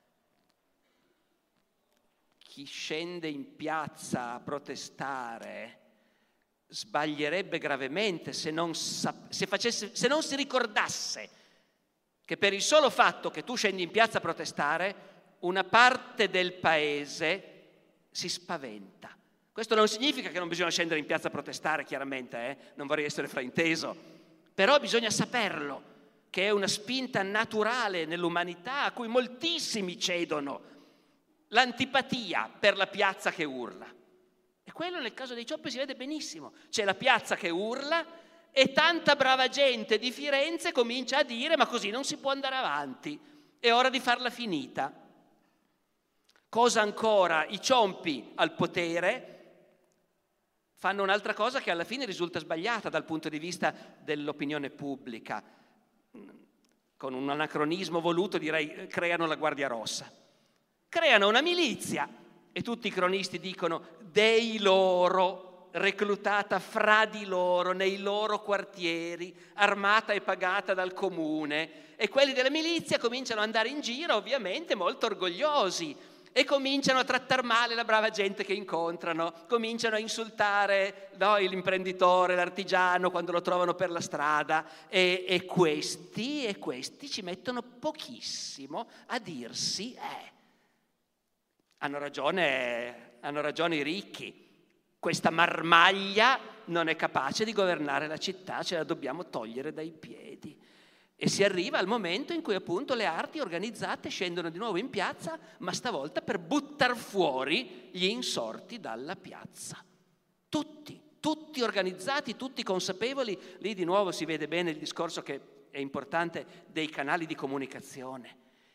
Chi scende in piazza a protestare sbaglierebbe gravemente se non, sap- se, facesse, se non si ricordasse che per il solo fatto che tu scendi in piazza a protestare, una parte del paese si spaventa. Questo non significa che non bisogna scendere in piazza a protestare, chiaramente, eh? Non vorrei essere frainteso, però bisogna saperlo, che è una spinta naturale nell'umanità a cui moltissimi cedono, l'antipatia per la piazza che urla. E quello nel caso dei Ciompi si vede benissimo. C'è la piazza che urla e tanta brava gente di Firenze comincia a dire: ma così non si può andare avanti, è ora di farla finita. Cosa ancora? I Ciompi al potere fanno un'altra cosa che alla fine risulta sbagliata dal punto di vista dell'opinione pubblica. Con un anacronismo voluto direi: creano la Guardia Rossa. Creano una milizia e tutti i cronisti dicono dei loro, reclutata fra di loro, nei loro quartieri, armata e pagata dal comune, e quelli della milizia cominciano ad andare in giro ovviamente molto orgogliosi e cominciano a trattar male la brava gente che incontrano, cominciano a insultare, no, l'imprenditore, l'artigiano quando lo trovano per la strada, e, e questi e questi ci mettono pochissimo a dirsi eh, hanno ragione, hanno ragione i ricchi, questa marmaglia non è capace di governare la città, ce la dobbiamo togliere dai piedi. E si arriva al momento in cui appunto le arti organizzate scendono di nuovo in piazza, ma stavolta per buttar fuori gli insorti dalla piazza. Tutti, tutti organizzati, tutti consapevoli. Lì di nuovo si vede bene il discorso che è importante dei canali di comunicazione.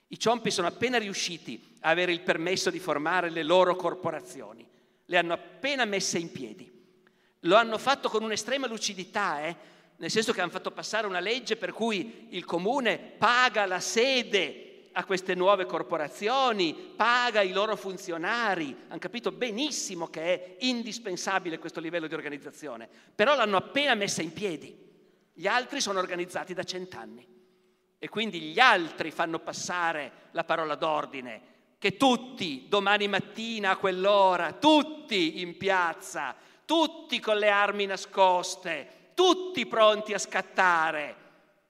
I ciompi sono appena riusciti a avere il permesso di formare le loro corporazioni, le hanno appena messe in piedi. Lo hanno fatto con un'estrema lucidità, eh? nel senso che hanno fatto passare una legge per cui il comune paga la sede a queste nuove corporazioni, paga i loro funzionari, hanno capito benissimo che è indispensabile questo livello di organizzazione, però l'hanno appena messa in piedi. Gli altri sono organizzati da cent'anni e quindi gli altri fanno passare la parola d'ordine, che tutti domani mattina a quell'ora, tutti in piazza, tutti con le armi nascoste, tutti pronti a scattare.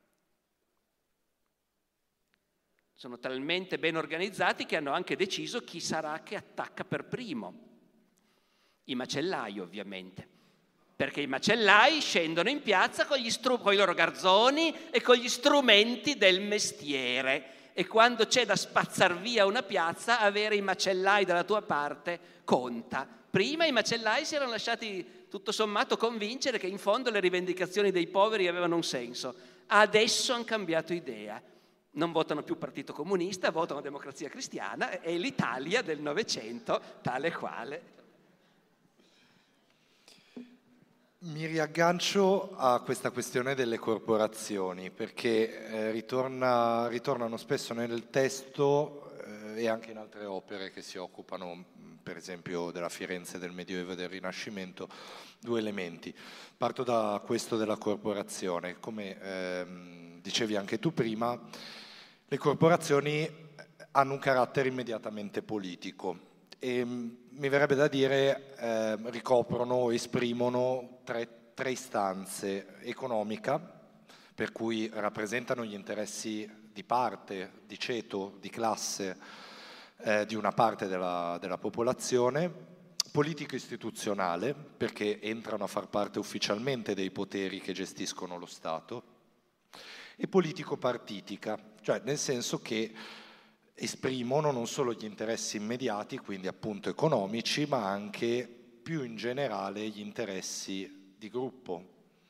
Sono talmente ben organizzati che hanno anche deciso chi sarà che attacca per primo. I macellai, ovviamente, perché i macellai scendono in piazza con, gli stru- con i loro garzoni e con gli strumenti del mestiere. E quando c'è da spazzar via una piazza, avere i macellai dalla tua parte conta. Prima i macellai si erano lasciati tutto sommato convincere che in fondo le rivendicazioni dei poveri avevano un senso. Adesso hanno cambiato idea. Non votano più Partito Comunista, votano Democrazia Cristiana, e l'Italia del Novecento tale quale. Mi riaggancio a questa questione delle corporazioni, perché eh, ritorna, ritornano spesso nel testo eh, e anche in altre opere che si occupano, per esempio, della Firenze del Medioevo e del Rinascimento, due elementi. Parto da questo della corporazione. Come ehm, dicevi anche tu prima, le corporazioni hanno un carattere immediatamente politico e mi verrebbe da dire eh, ricoprono, esprimono tre, tre istanze: economica, per cui rappresentano gli interessi di parte, di ceto, di classe eh, di una parte della, della popolazione; politico-istituzionale, perché entrano a far parte ufficialmente dei poteri che gestiscono lo Stato; e politico-partitica, cioè nel senso che esprimono non solo gli interessi immediati, quindi appunto economici, ma anche più in generale gli interessi di gruppo.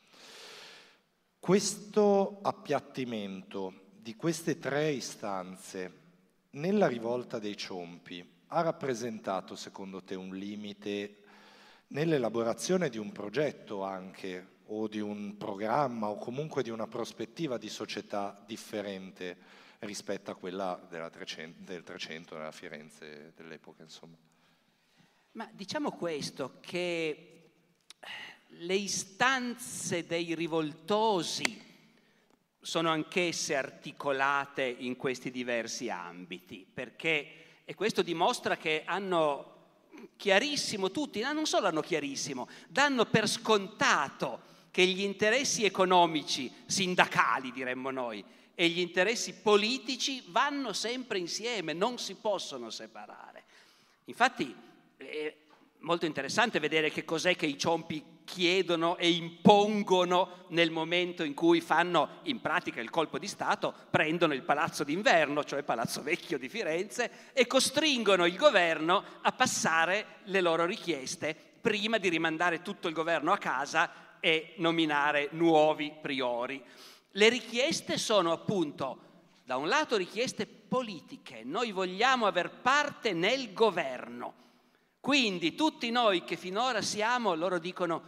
Questo appiattimento di queste tre istanze nella rivolta dei ciompi ha rappresentato, secondo te, un limite nell'elaborazione di un progetto anche, o di un programma, o comunque di una prospettiva di società differente rispetto a quella della trecento, del Trecento, della Firenze dell'epoca, insomma? Ma diciamo questo, che le istanze dei rivoltosi sono anch'esse articolate in questi diversi ambiti, perché, e questo dimostra che hanno chiarissimo tutti, non solo hanno chiarissimo, danno per scontato che gli interessi economici, sindacali diremmo noi, e gli interessi politici vanno sempre insieme, non si possono separare. Infatti è molto interessante vedere che cos'è che i ciompi chiedono e impongono nel momento in cui fanno in pratica il colpo di Stato, prendono il Palazzo d'Inverno, cioè Palazzo Vecchio di Firenze, e costringono il governo a passare le loro richieste prima di rimandare tutto il governo a casa e nominare nuovi priori. Le richieste sono appunto, da un lato, richieste politiche. Noi vogliamo aver parte nel governo. Quindi tutti noi che finora siamo, loro dicono,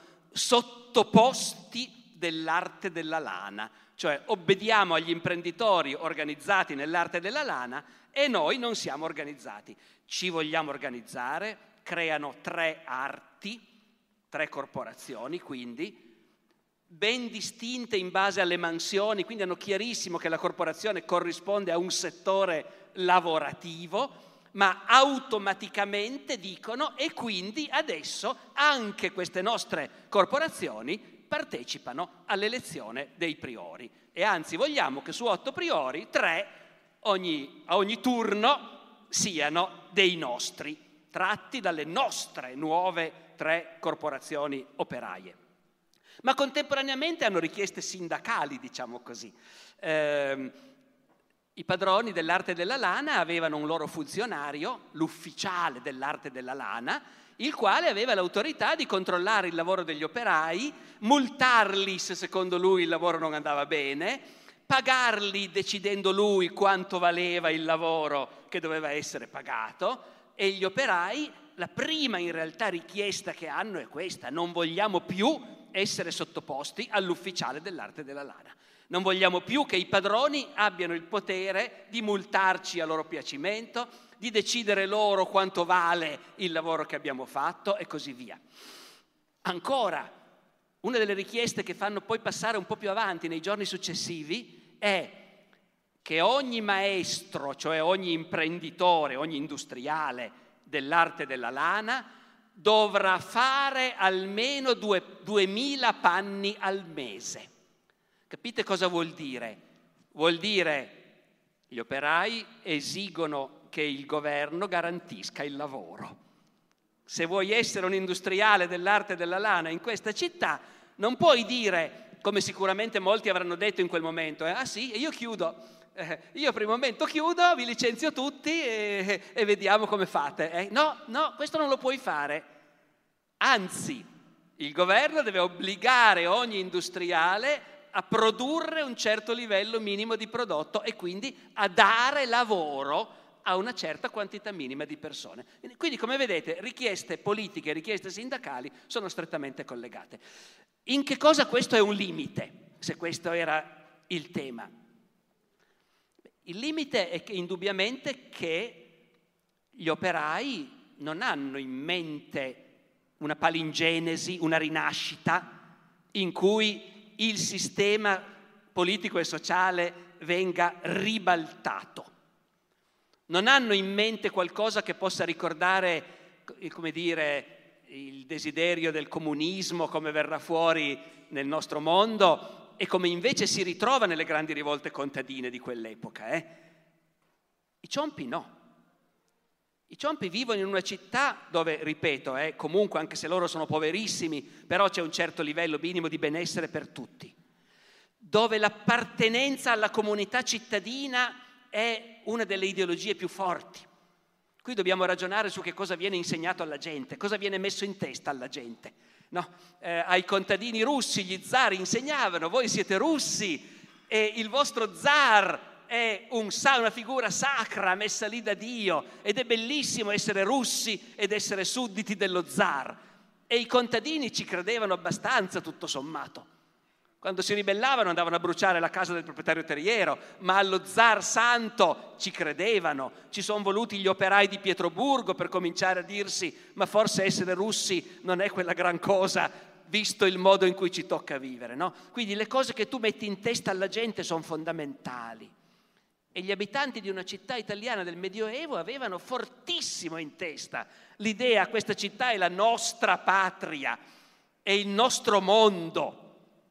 sottoposti dell'arte della lana, cioè obbediamo agli imprenditori organizzati nell'arte della lana e noi non siamo organizzati. Ci vogliamo organizzare, creano tre arti, tre corporazioni, quindi ben distinte in base alle mansioni, quindi hanno chiarissimo che la corporazione corrisponde a un settore lavorativo, ma automaticamente dicono: e quindi adesso anche queste nostre corporazioni partecipano all'elezione dei priori, e anzi vogliamo che su otto priori, tre ogni, a ogni turno siano dei nostri, tratti dalle nostre nuove tre corporazioni operaie. Ma contemporaneamente hanno richieste sindacali, diciamo così. Eh, I padroni dell'arte della lana avevano un loro funzionario, l'ufficiale dell'arte della lana, il quale aveva l'autorità di controllare il lavoro degli operai, multarli se secondo lui il lavoro non andava bene, pagarli decidendo lui quanto valeva il lavoro che doveva essere pagato, e gli operai, la prima in realtà richiesta che hanno è questa: non vogliamo più essere sottoposti all'ufficiale dell'arte della lana. Non vogliamo più che i padroni abbiano il potere di multarci a loro piacimento, di decidere loro quanto vale il lavoro che abbiamo fatto e così via. Ancora, una delle richieste che fanno poi passare un po' più avanti nei giorni successivi è che ogni maestro, cioè ogni imprenditore, ogni industriale dell'arte della lana dovrà fare almeno due, duemila panni al mese. Capite cosa vuol dire? Vuol dire gli operai esigono che il governo garantisca il lavoro. Se vuoi essere un industriale dell'arte della lana in questa città, non puoi dire, come sicuramente molti avranno detto in quel momento, eh, ah sì, io chiudo, eh, io per il momento chiudo, vi licenzio tutti e, e vediamo come fate. Eh, no, no, questo non lo puoi fare. Anzi, il governo deve obbligare ogni industriale a produrre un certo livello minimo di prodotto e quindi a dare lavoro a una certa quantità minima di persone. Quindi, come vedete, richieste politiche e richieste sindacali sono strettamente collegate. In che cosa questo è un limite, se questo era il tema? Il limite è che indubbiamente che gli operai non hanno in mente una palingenesi, una rinascita in cui il sistema politico e sociale venga ribaltato. Non hanno in mente qualcosa che possa ricordare, come dire, il desiderio del comunismo, come verrà fuori nel nostro mondo e come invece si ritrova nelle grandi rivolte contadine di quell'epoca. Eh? I ciompi no. I ciompi vivono in una città dove, ripeto, eh, comunque anche se loro sono poverissimi, però c'è un certo livello minimo di benessere per tutti, dove l'appartenenza alla comunità cittadina è una delle ideologie più forti. Qui dobbiamo ragionare su che cosa viene insegnato alla gente, cosa viene messo in testa alla gente. No? Eh, ai contadini russi gli zar insegnavano: voi siete russi e il vostro zar è un, una figura sacra messa lì da Dio ed è bellissimo essere russi ed essere sudditi dello zar. E i contadini ci credevano abbastanza, tutto sommato. Quando si ribellavano andavano a bruciare la casa del proprietario terriero, ma allo zar santo ci credevano. Ci sono voluti gli operai di Pietroburgo per cominciare a dirsi: ma forse essere russi non è quella gran cosa, visto il modo in cui ci tocca vivere, no? Quindi le cose che tu metti in testa alla gente sono fondamentali. E gli abitanti di una città italiana del Medioevo avevano fortissimo in testa l'idea: questa città è la nostra patria, è il nostro mondo.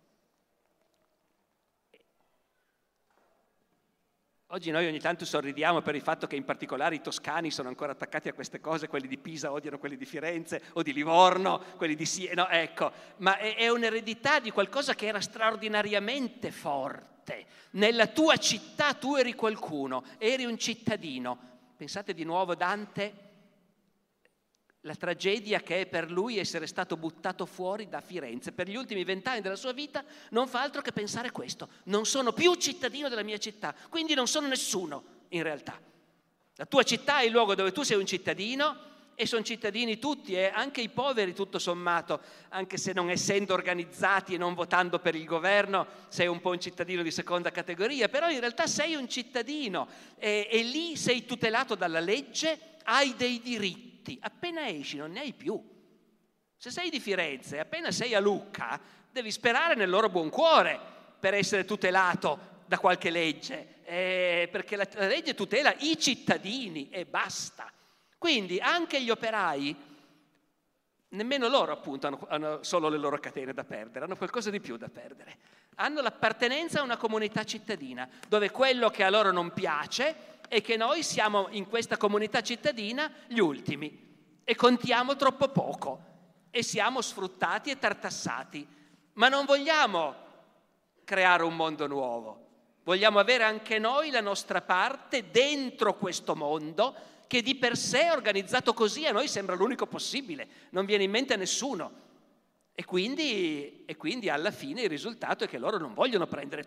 Oggi noi ogni tanto sorridiamo per il fatto che in particolare i toscani sono ancora attaccati a queste cose, quelli di Pisa odiano quelli di Firenze o di Livorno, quelli di Siena, no, ecco, ma è, è un'eredità di qualcosa che era straordinariamente forte. Nella tua città tu eri qualcuno, eri un cittadino. Pensate di nuovo Dante, la tragedia che è per lui essere stato buttato fuori da Firenze. Per gli ultimi vent'anni della sua vita non fa altro che pensare questo: non sono più cittadino della mia città, quindi non sono nessuno in realtà. La tua città è il luogo dove tu sei un cittadino, e sono cittadini tutti, eh, anche i poveri tutto sommato, anche se non essendo organizzati e non votando per il governo sei un po' un cittadino di seconda categoria, però in realtà sei un cittadino e, e lì sei tutelato dalla legge, hai dei diritti. Appena esci non ne hai più. Se sei di Firenze, appena sei a Lucca, devi sperare nel loro buon cuore per essere tutelato da qualche legge, eh, perché la, la legge tutela i cittadini e basta. Quindi anche gli operai, nemmeno loro appunto hanno, hanno solo le loro catene da perdere, hanno qualcosa di più da perdere. Hanno l'appartenenza a una comunità cittadina, dove quello che a loro non piace è che noi siamo in questa comunità cittadina gli ultimi e contiamo troppo poco e siamo sfruttati e tartassati. Ma non vogliamo creare un mondo nuovo, vogliamo avere anche noi la nostra parte dentro questo mondo che di per sé è organizzato così, a noi sembra l'unico possibile, non viene in mente a nessuno. E quindi, e quindi alla fine il risultato è che loro non vogliono prendere tutto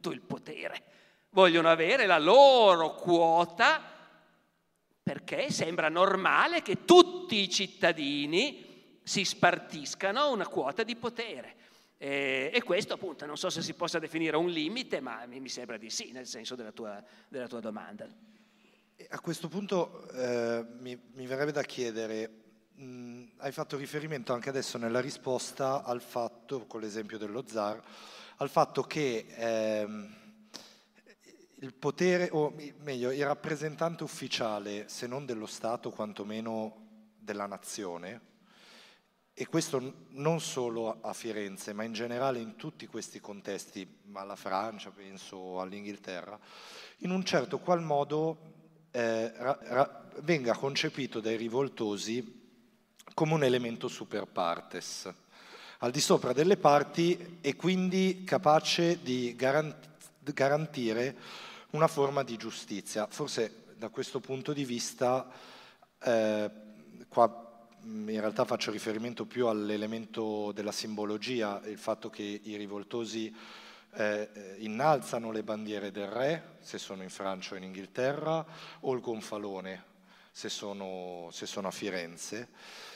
tutto il potere, vogliono avere la loro quota, perché sembra normale che tutti i cittadini si spartiscano una quota di potere. E, e questo appunto non so se si possa definire un limite, ma mi, mi sembra di sì, nel senso della tua, della tua domanda. A questo punto eh, mi, mi verrebbe da chiedere, mh, hai fatto riferimento anche adesso nella risposta al fatto, con l'esempio dello zar, al fatto che ehm, il potere, o meglio, il rappresentante ufficiale, se non dello Stato, quantomeno della nazione, e questo non solo a Firenze, ma in generale in tutti questi contesti, ma alla Francia, penso all'Inghilterra, in un certo qual modo eh, ra, ra, venga concepito dai rivoltosi come un elemento super partes, al di sopra delle parti e quindi capace di garant, garantire una forma di giustizia. Forse da questo punto di vista, eh, qua in realtà faccio riferimento più all'elemento della simbologia, il fatto che i rivoltosi eh, innalzano le bandiere del re, se sono in Francia o in Inghilterra, o il gonfalone, se sono, se sono a Firenze,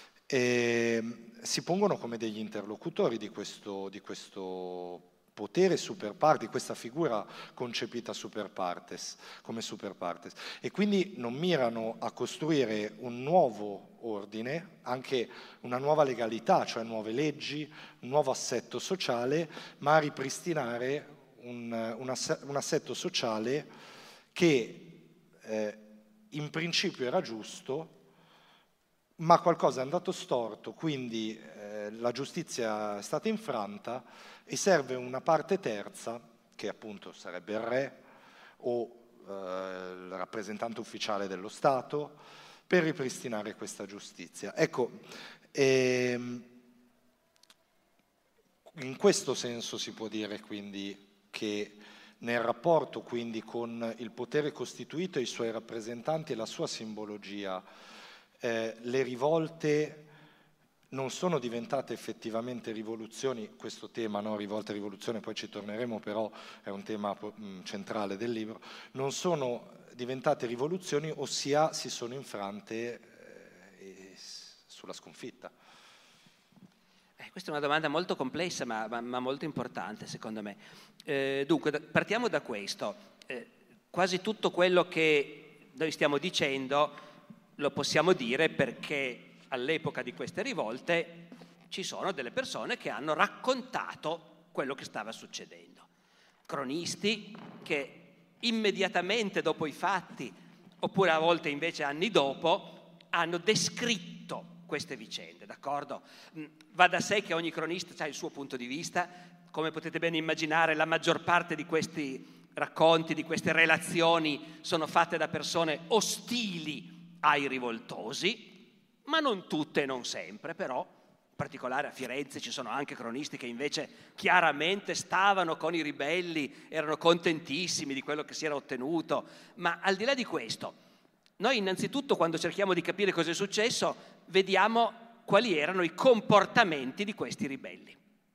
e si pongono come degli interlocutori di questo, di questo potere super partes, di questa figura concepita super partes, come super partes, e quindi non mirano a costruire un nuovo ordine, anche una nuova legalità, cioè nuove leggi, un nuovo assetto sociale, ma a ripristinare un, un, ass- un assetto sociale che eh, in principio era giusto, ma qualcosa è andato storto, quindi eh, la giustizia è stata infranta e serve una parte terza, che appunto sarebbe il re o eh, il rappresentante ufficiale dello Stato, per ripristinare questa giustizia. Ecco, ehm, in questo senso si può dire quindi che nel rapporto quindi con il potere costituito e i suoi rappresentanti e la sua simbologia, Eh, le rivolte non sono diventate effettivamente rivoluzioni, questo tema, no? Rivolte e rivoluzione, poi ci torneremo, però è un tema mh, centrale del libro, non sono diventate rivoluzioni, ossia si sono infrante eh, sulla sconfitta. Eh, questa è una domanda molto complessa, ma, ma, ma molto importante secondo me. Eh, dunque, da, partiamo da questo. Eh, quasi tutto quello che noi stiamo dicendo lo possiamo dire perché all'epoca di queste rivolte ci sono delle persone che hanno raccontato quello che stava succedendo. Cronisti che immediatamente dopo i fatti, oppure a volte invece anni dopo, hanno descritto queste vicende, d'accordo? Va da sé che ogni cronista ha il suo punto di vista. Come potete ben immaginare, la maggior parte di questi racconti, di queste relazioni sono fatte da persone ostili ai rivoltosi, ma non tutte e non sempre, però in particolare a Firenze ci sono anche cronisti che invece chiaramente stavano con i ribelli, erano contentissimi di quello che si era ottenuto. Ma al di là di questo, noi innanzitutto quando cerchiamo di capire cosa è successo vediamo quali erano i comportamenti di questi ribelli.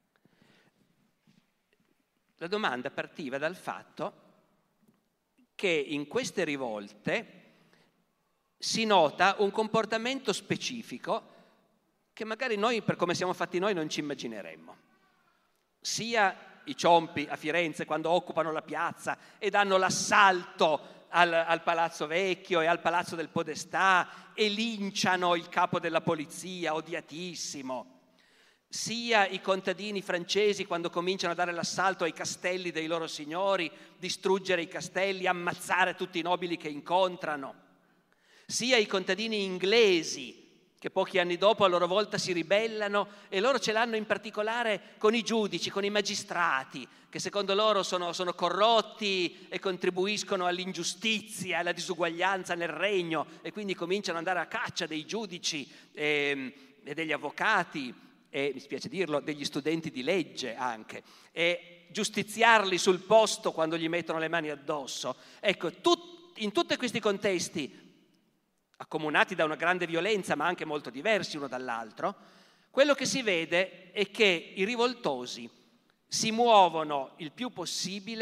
La domanda partiva dal fatto che in queste rivolte si nota un comportamento specifico che magari noi, per come siamo fatti noi, non ci immagineremmo. Sia i ciompi a Firenze quando occupano la piazza e danno l'assalto al, al Palazzo Vecchio e al Palazzo del Podestà e linciano il capo della polizia, odiatissimo, sia i contadini francesi quando cominciano a dare l'assalto ai castelli dei loro signori, distruggere i castelli, ammazzare tutti i nobili che incontrano, sia i contadini inglesi che pochi anni dopo a loro volta si ribellano, e loro ce l'hanno in particolare con i giudici, con i magistrati, che secondo loro sono, sono corrotti e contribuiscono all'ingiustizia, alla disuguaglianza nel regno, e quindi cominciano ad andare a caccia dei giudici e, e degli avvocati, e mi spiace dirlo, degli studenti di legge anche, e giustiziarli sul posto quando gli mettono le mani addosso. Ecco, tut, in tutti questi contesti accomunati da una grande violenza, ma anche molto diversi uno dall'altro, quello che si vede è che i rivoltosi si muovono il più possibile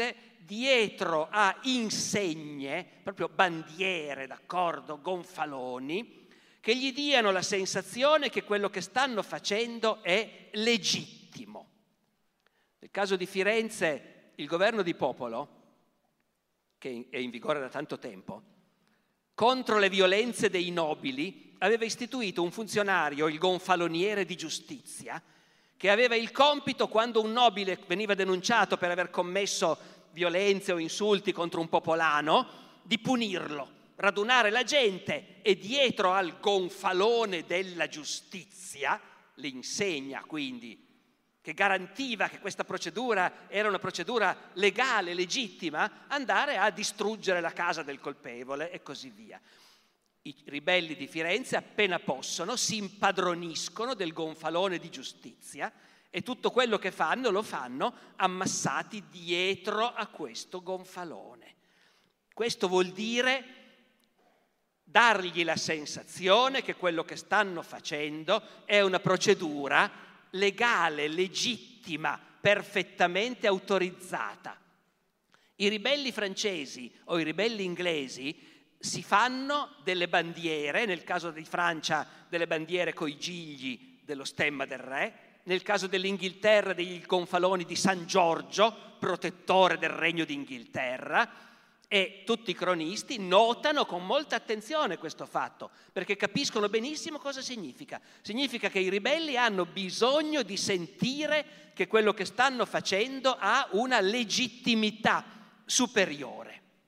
dietro a insegne, proprio bandiere, d'accordo, gonfaloni, che gli diano la sensazione che quello che stanno facendo è legittimo. Nel caso di Firenze, il governo di popolo, che è in vigore da tanto tempo, contro le violenze dei nobili, aveva istituito un funzionario, il gonfaloniere di giustizia, che aveva il compito, quando un nobile veniva denunciato per aver commesso violenze o insulti contro un popolano, di punirlo, radunare la gente e dietro al gonfalone della giustizia, l'insegna quindi, che garantiva che questa procedura era una procedura legale, legittima, andare a distruggere la casa del colpevole e così via. I ribelli di Firenze, appena possono, si impadroniscono del gonfalone di giustizia e tutto quello che fanno lo fanno ammassati dietro a questo gonfalone. Questo vuol dire dargli la sensazione che quello che stanno facendo è una procedura legale, legittima, perfettamente autorizzata. I ribelli francesi o i ribelli inglesi si fanno delle bandiere, nel caso di Francia delle bandiere coi gigli dello stemma del re, nel caso dell'Inghilterra dei gonfaloni di San Giorgio, protettore del regno d'Inghilterra, e tutti i cronisti notano con molta attenzione questo fatto, perché capiscono benissimo cosa significa. Significa che i ribelli hanno bisogno di sentire che quello che stanno facendo ha una legittimità superiore.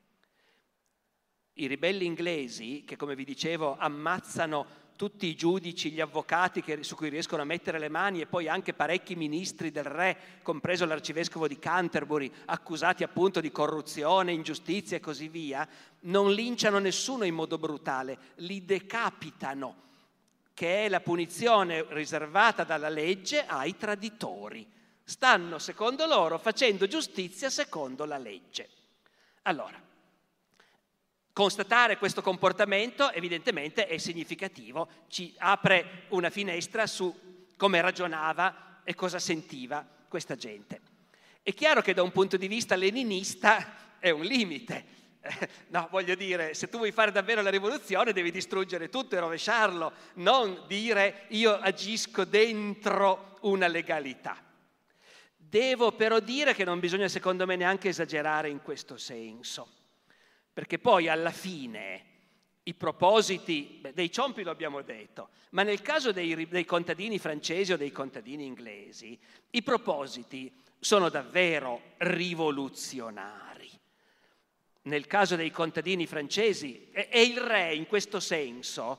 I ribelli inglesi, che come vi dicevo ammazzano tutti i giudici, gli avvocati che, su cui riescono a mettere le mani, e poi anche parecchi ministri del re, compreso l'arcivescovo di Canterbury, accusati appunto di corruzione, ingiustizia e così via, non linciano nessuno in modo brutale, li decapitano, che è la punizione riservata dalla legge ai traditori. Stanno, secondo loro, facendo giustizia secondo la legge. Allora, constatare questo comportamento evidentemente è significativo, ci apre una finestra su come ragionava e cosa sentiva questa gente. È chiaro che da un punto di vista leninista è un limite. Eh, no, voglio dire, se tu vuoi fare davvero la rivoluzione devi distruggere tutto e rovesciarlo, non dire io agisco dentro una legalità. Devo però dire che non bisogna, secondo me, neanche esagerare in questo senso. Perché poi alla fine i propositi, beh, dei ciompi lo abbiamo detto, ma nel caso dei, dei contadini francesi o dei contadini inglesi, i propositi sono davvero rivoluzionari. Nel caso dei contadini francesi, e, e il re in questo senso,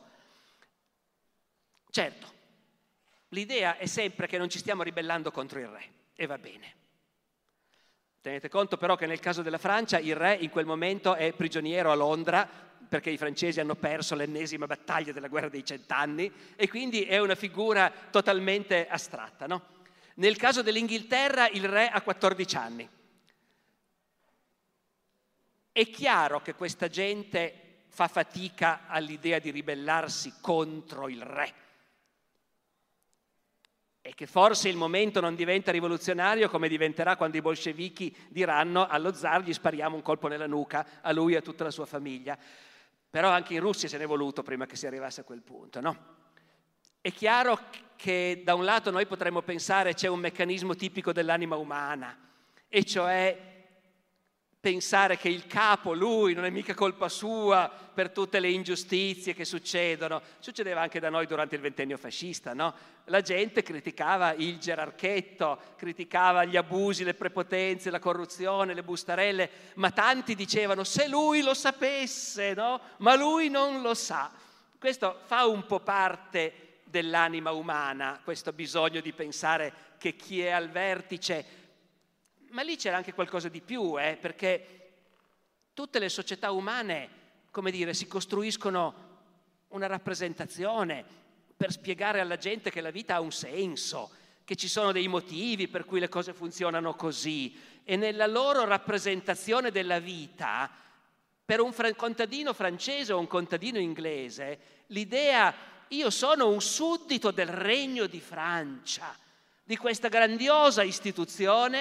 certo, l'idea è sempre che non ci stiamo ribellando contro il re, e va bene. Tenete conto però che nel caso della Francia il re in quel momento è prigioniero a Londra perché i francesi hanno perso l'ennesima battaglia della guerra dei cent'anni e quindi è una figura totalmente astratta, no? Nel caso dell'Inghilterra il re ha quattordici anni. È chiaro che questa gente fa fatica all'idea di ribellarsi contro il re. E che forse il momento non diventa rivoluzionario come diventerà quando i bolscevichi diranno allo zar gli spariamo un colpo nella nuca, a lui e a tutta la sua famiglia. Però anche in Russia se n'è voluto prima che si arrivasse a quel punto, no? È chiaro che da un lato noi potremmo pensare c'è un meccanismo tipico dell'anima umana, e cioè pensare che il capo, lui, non è mica colpa sua per tutte le ingiustizie che succedono. Succedeva anche da noi durante il ventennio fascista, no? La gente criticava il gerarchetto, criticava gli abusi, le prepotenze, la corruzione, le bustarelle, ma tanti dicevano se lui lo sapesse, no? Ma lui non lo sa. Questo fa un po' parte dell'anima umana, questo bisogno di pensare che chi è al vertice. Ma lì c'era anche qualcosa di più, eh, perché tutte le società umane, come dire, si costruiscono una rappresentazione per spiegare alla gente che la vita ha un senso, che ci sono dei motivi per cui le cose funzionano così. E nella loro rappresentazione della vita, per un fran- contadino francese o un contadino inglese, l'idea io sono un suddito del Regno di Francia, di questa grandiosa istituzione che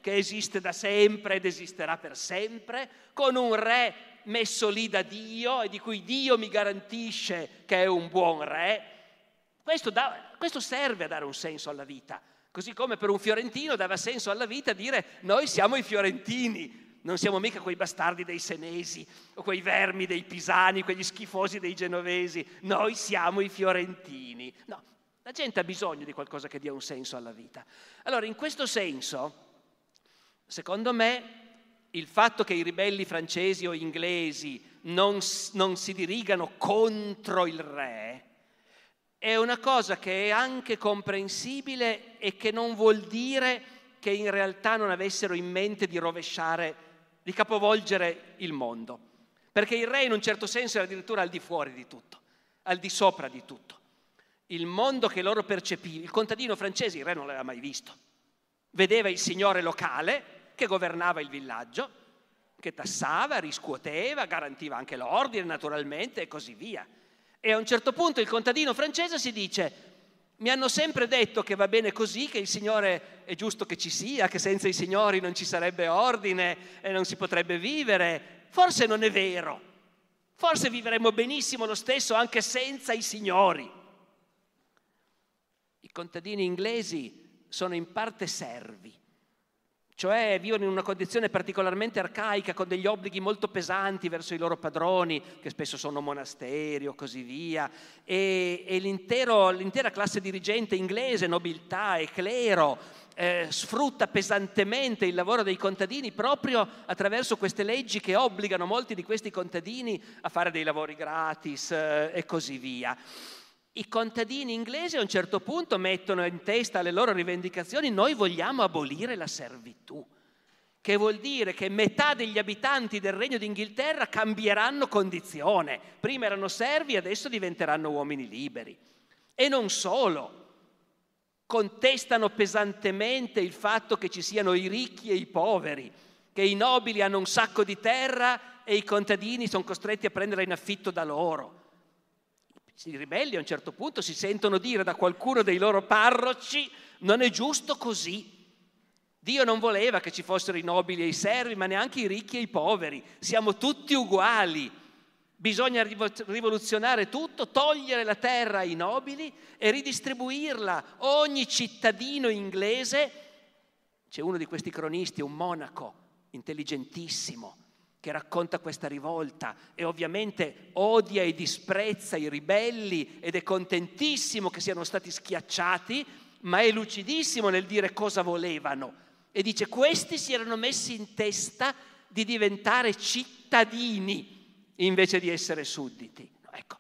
che esiste da sempre ed esisterà per sempre, con un re messo lì da Dio e di cui Dio mi garantisce che è un buon re. Questo, da, questo serve a dare un senso alla vita, così come per un fiorentino dava senso alla vita dire noi siamo i fiorentini, non siamo mica quei bastardi dei senesi o quei vermi dei pisani, quegli schifosi dei genovesi, noi siamo i fiorentini. No, la gente ha bisogno di qualcosa che dia un senso alla vita. Allora, in questo senso, secondo me, il fatto che i ribelli francesi o inglesi non, non si dirigano contro il re è una cosa che è anche comprensibile e che non vuol dire che in realtà non avessero in mente di rovesciare, di capovolgere il mondo. Perché il re in un certo senso era addirittura al di fuori di tutto, al di sopra di tutto. Il mondo che loro percepivano, il contadino francese il re non l'aveva mai visto. Vedeva il signore locale che governava il villaggio, che tassava, riscuoteva, garantiva anche l'ordine naturalmente e così via. E a un certo punto il contadino francese si dice: mi hanno sempre detto che va bene così, che il Signore è giusto che ci sia, che senza i signori non ci sarebbe ordine e non si potrebbe vivere. Forse non è vero. Forse vivremmo benissimo lo stesso anche senza i signori. I contadini inglesi sono in parte servi, cioè vivono in una condizione particolarmente arcaica, con degli obblighi molto pesanti verso i loro padroni, che spesso sono monasteri o così via, e, e l'intero, l'intera classe dirigente inglese, nobiltà e clero, eh, sfrutta pesantemente il lavoro dei contadini proprio attraverso queste leggi che obbligano molti di questi contadini a fare dei lavori gratis eh, e così via. I contadini inglesi a un certo punto mettono in testa alle loro rivendicazioni: noi vogliamo abolire la servitù, che vuol dire che metà degli abitanti del Regno d'Inghilterra cambieranno condizione. Prima erano servi, adesso diventeranno uomini liberi. E non solo, contestano pesantemente il fatto che ci siano i ricchi e i poveri, che i nobili hanno un sacco di terra e i contadini sono costretti a prenderla in affitto da loro. I ribelli a un certo punto si sentono dire da qualcuno dei loro parroci: non è giusto così. Dio non voleva che ci fossero i nobili e i servi, ma neanche i ricchi e i poveri. Siamo tutti uguali. Bisogna rivoluzionare tutto, togliere la terra ai nobili e ridistribuirla. Ogni cittadino inglese, c'è uno di questi cronisti, un monaco intelligentissimo, che racconta questa rivolta e ovviamente odia e disprezza i ribelli ed è contentissimo che siano stati schiacciati, ma è lucidissimo nel dire cosa volevano e dice: questi si erano messi in testa di diventare cittadini invece di essere sudditi. Ecco.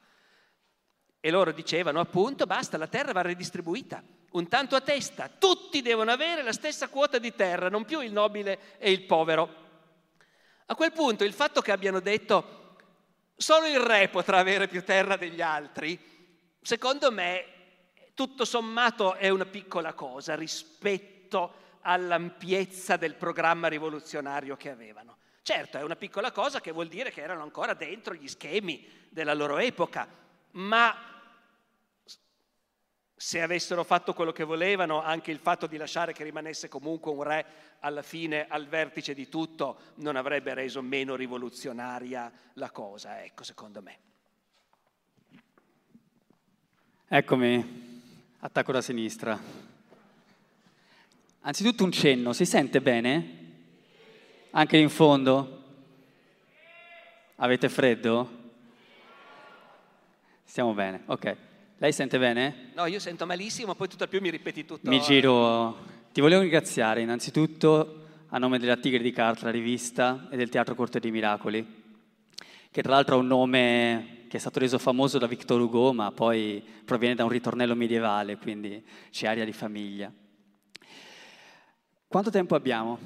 E loro dicevano appunto: basta, la terra va ridistribuita, un tanto a testa, tutti devono avere la stessa quota di terra, non più il nobile e il povero. A quel punto il fatto che abbiano detto solo il re potrà avere più terra degli altri, secondo me tutto sommato è una piccola cosa rispetto all'ampiezza del programma rivoluzionario che avevano. Certo, è una piccola cosa che vuol dire che erano ancora dentro gli schemi della loro epoca, ma se avessero fatto quello che volevano, anche il fatto di lasciare che rimanesse comunque un re alla fine al vertice di tutto non avrebbe reso meno rivoluzionaria la cosa, ecco, secondo me. Eccomi, attacco da sinistra. Anzitutto un cenno, si sente bene? Anche in fondo? Avete freddo? Stiamo bene, ok. Lei sente bene? No, io sento malissimo, poi tutto al più mi ripeti tutto. Mi giro. Ti volevo ringraziare innanzitutto a nome della Tigre di Carta, la rivista, e del Teatro Corte dei Miracoli, che tra l'altro ha un nome che è stato reso famoso da Victor Hugo, ma poi proviene da un ritornello medievale, quindi c'è aria di famiglia. Quanto tempo abbiamo?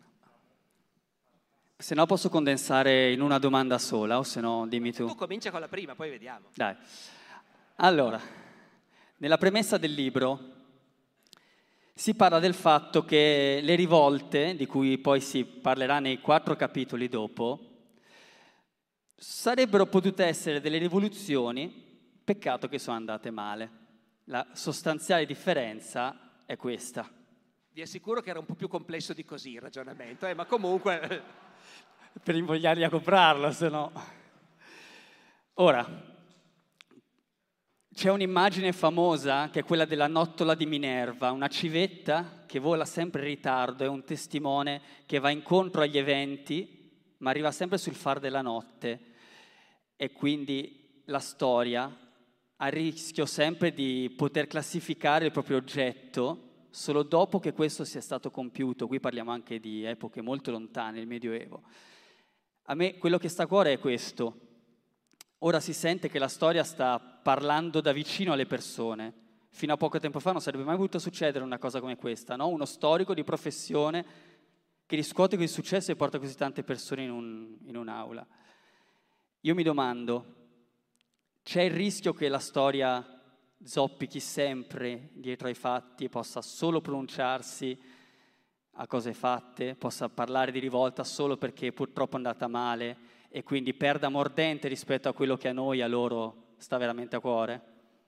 Se no posso condensare in una domanda sola, o se no dimmi tu. Tu comincia con la prima, poi vediamo. Dai. Allora, nella premessa del libro si parla del fatto che le rivolte, di cui poi si parlerà nei quattro capitoli dopo, sarebbero potute essere delle rivoluzioni, peccato che sono andate male. La sostanziale differenza è questa. Vi assicuro che era un po' più complesso di così il ragionamento, eh, ma comunque... Per invogliarli a comprarlo, se no... Ora... C'è un'immagine famosa che è quella della nottola di Minerva, una civetta che vola sempre in ritardo, è un testimone che va incontro agli eventi, ma arriva sempre sul far della notte, e quindi la storia ha il rischio sempre di poter classificare il proprio oggetto solo dopo che questo sia stato compiuto. Qui parliamo anche di epoche molto lontane, il Medioevo. A me quello che sta a cuore è questo. Ora si sente che la storia sta parlando da vicino alle persone. Fino a poco tempo fa non sarebbe mai potuto succedere una cosa come questa, no? Uno storico di professione che riscuote così successo e porta così tante persone in, un, in un'aula. Io mi domando, c'è il rischio che la storia zoppichi sempre dietro ai fatti e possa solo pronunciarsi a cose fatte, possa parlare di rivolta solo perché purtroppo è andata male, e quindi perda mordente rispetto a quello che a noi, a loro, sta veramente a cuore?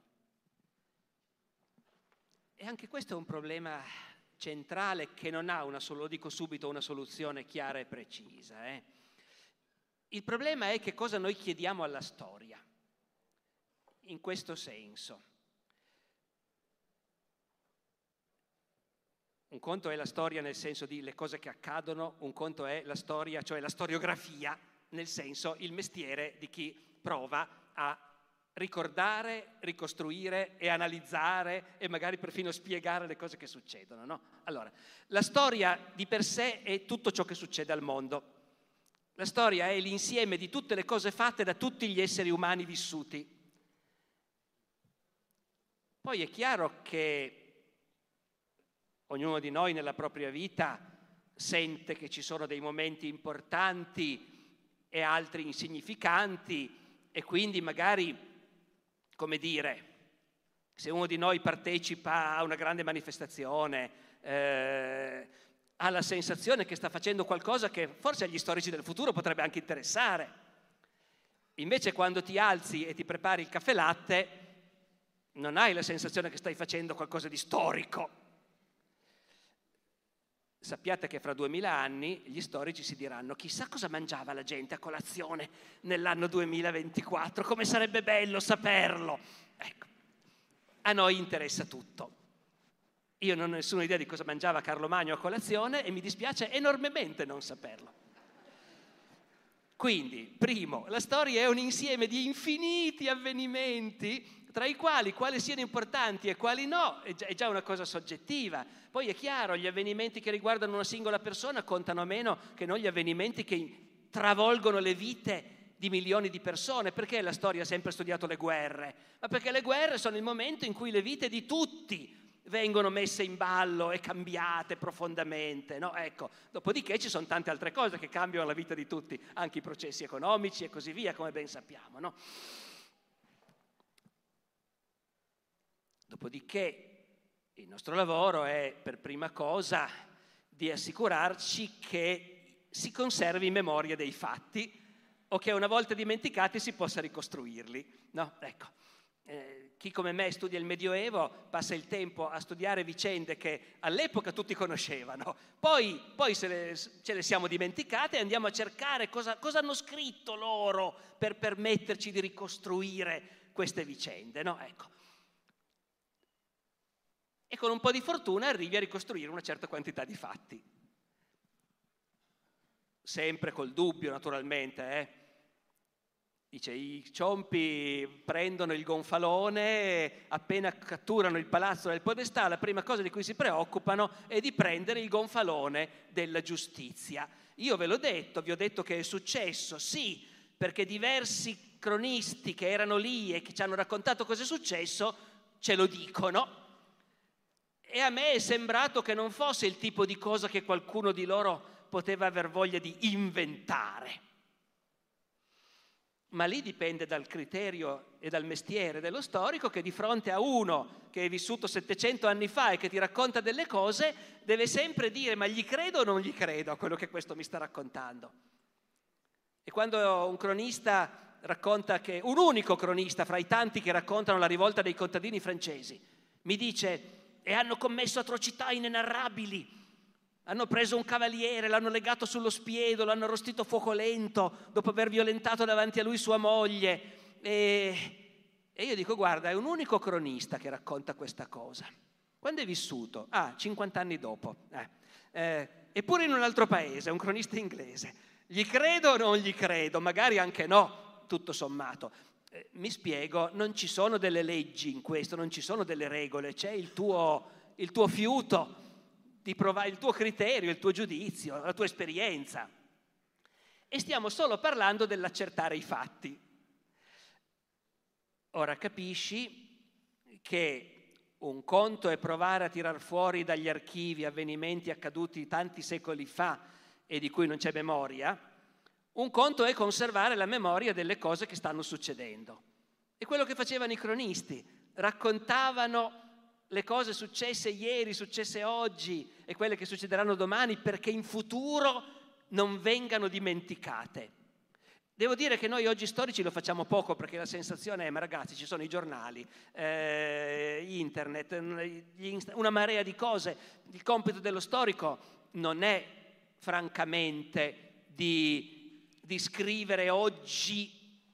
E anche questo è un problema centrale che non ha una, lo dico subito, una soluzione chiara e precisa. Eh. Il problema è che cosa noi chiediamo alla storia, in questo senso. Un conto è la storia nel senso di le cose che accadono, un conto è la storia, cioè la storiografia, nel senso il mestiere di chi prova a ricordare, ricostruire e analizzare e magari perfino spiegare le cose che succedono, no? Allora, la storia di per sé è tutto ciò che succede al mondo. La storia è l'insieme di tutte le cose fatte da tutti gli esseri umani vissuti. Poi è chiaro che ognuno di noi nella propria vita sente che ci sono dei momenti importanti e altri insignificanti, e quindi magari, come dire, se uno di noi partecipa a una grande manifestazione, eh, ha la sensazione che sta facendo qualcosa che forse agli storici del futuro potrebbe anche interessare. Invece quando ti alzi e ti prepari il caffè latte, non hai la sensazione che stai facendo qualcosa di storico. Sappiate che fra duemila anni gli storici si diranno: chissà cosa mangiava la gente a colazione nell'anno duemilaventiquattro, come sarebbe bello saperlo. Ecco, a noi interessa tutto. Io non ho nessuna idea di cosa mangiava Carlo Magno a colazione e mi dispiace enormemente non saperlo. Quindi, primo, la storia è un insieme di infiniti avvenimenti, tra i quali quali siano importanti e quali no, è già, è già una cosa soggettiva. Poi è chiaro, gli avvenimenti che riguardano una singola persona contano meno che non gli avvenimenti che travolgono le vite di milioni di persone. Perché la storia ha sempre studiato le guerre? Ma perché le guerre sono il momento in cui le vite di tutti vengono messe in ballo e cambiate profondamente, no? Ecco, dopodiché ci sono tante altre cose che cambiano la vita di tutti, anche i processi economici e così via, come ben sappiamo, no? Dopodiché il nostro lavoro è per prima cosa di assicurarci che si conservi in memoria dei fatti o che una volta dimenticati si possa ricostruirli, no? Ecco. Eh, chi come me studia il Medioevo passa il tempo a studiare vicende che all'epoca tutti conoscevano, poi, poi se le, ce le siamo dimenticate e andiamo a cercare cosa, cosa hanno scritto loro per permetterci di ricostruire queste vicende, no? Ecco. E con un po' di fortuna arrivi a ricostruire una certa quantità di fatti. Sempre col dubbio, naturalmente, eh. Dice, i ciompi prendono il gonfalone, appena catturano il palazzo del Podestà, la prima cosa di cui si preoccupano è di prendere il gonfalone della giustizia. Io ve l'ho detto, vi ho detto che è successo, sì, perché diversi cronisti che erano lì e che ci hanno raccontato cosa è successo, ce lo dicono. E a me è sembrato che non fosse il tipo di cosa che qualcuno di loro poteva aver voglia di inventare. Ma lì dipende dal criterio e dal mestiere dello storico, che di fronte a uno che è vissuto settecento anni fa e che ti racconta delle cose deve sempre dire: ma gli credo o non gli credo a quello che questo mi sta raccontando? E quando un cronista racconta che, un unico cronista fra i tanti che raccontano la rivolta dei contadini francesi, mi dice: e hanno commesso atrocità inenarrabili. Hanno preso un cavaliere, l'hanno legato sullo spiedo, l'hanno arrostito a fuoco lento dopo aver violentato davanti a lui sua moglie. E, e io dico, guarda, è un unico cronista che racconta questa cosa. Quando è vissuto? Ah, cinquanta anni dopo. Eh. Eh, eppure in un altro paese, un cronista inglese. Gli credo o non gli credo? Magari anche no, tutto sommato. Eh, mi spiego, non ci sono delle leggi in questo, non ci sono delle regole, c'è il tuo, il tuo fiuto, di provare il tuo criterio, il tuo giudizio, la tua esperienza. E stiamo solo parlando dell'accertare i fatti. Ora capisci che un conto è provare a tirar fuori dagli archivi avvenimenti accaduti tanti secoli fa e di cui non c'è memoria, un conto è conservare la memoria delle cose che stanno succedendo. E quello che facevano i cronisti, raccontavano le cose successe ieri, successe oggi e quelle che succederanno domani perché in futuro non vengano dimenticate. Devo dire che noi oggi storici lo facciamo poco perché la sensazione è, ma ragazzi, ci sono i giornali, eh, internet, una marea di cose. Il compito dello storico non è francamente di, di scrivere oggi,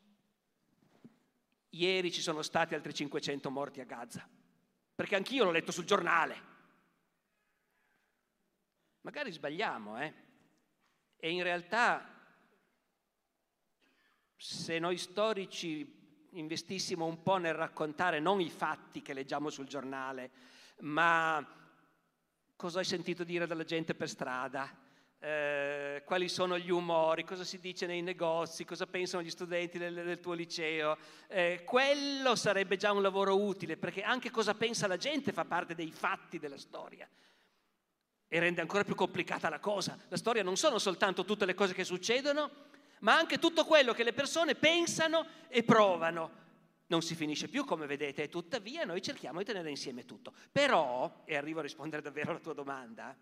ieri ci sono stati altri cinquecento morti a Gaza. Perché anch'io l'ho letto sul giornale. Magari sbagliamo, eh? E in realtà, se noi storici investissimo un po' nel raccontare non i fatti che leggiamo sul giornale, ma cosa hai sentito dire dalla gente per strada, eh, quali sono gli umori, cosa si dice nei negozi, cosa pensano gli studenti del, del tuo liceo, eh, quello sarebbe già un lavoro utile, perché anche cosa pensa la gente fa parte dei fatti della storia e rende ancora più complicata la cosa. La storia non sono soltanto tutte le cose che succedono, ma anche tutto quello che le persone pensano e provano. Non si finisce più, come vedete, e tuttavia noi cerchiamo di tenere insieme tutto. Però, e arrivo a rispondere davvero alla tua domanda,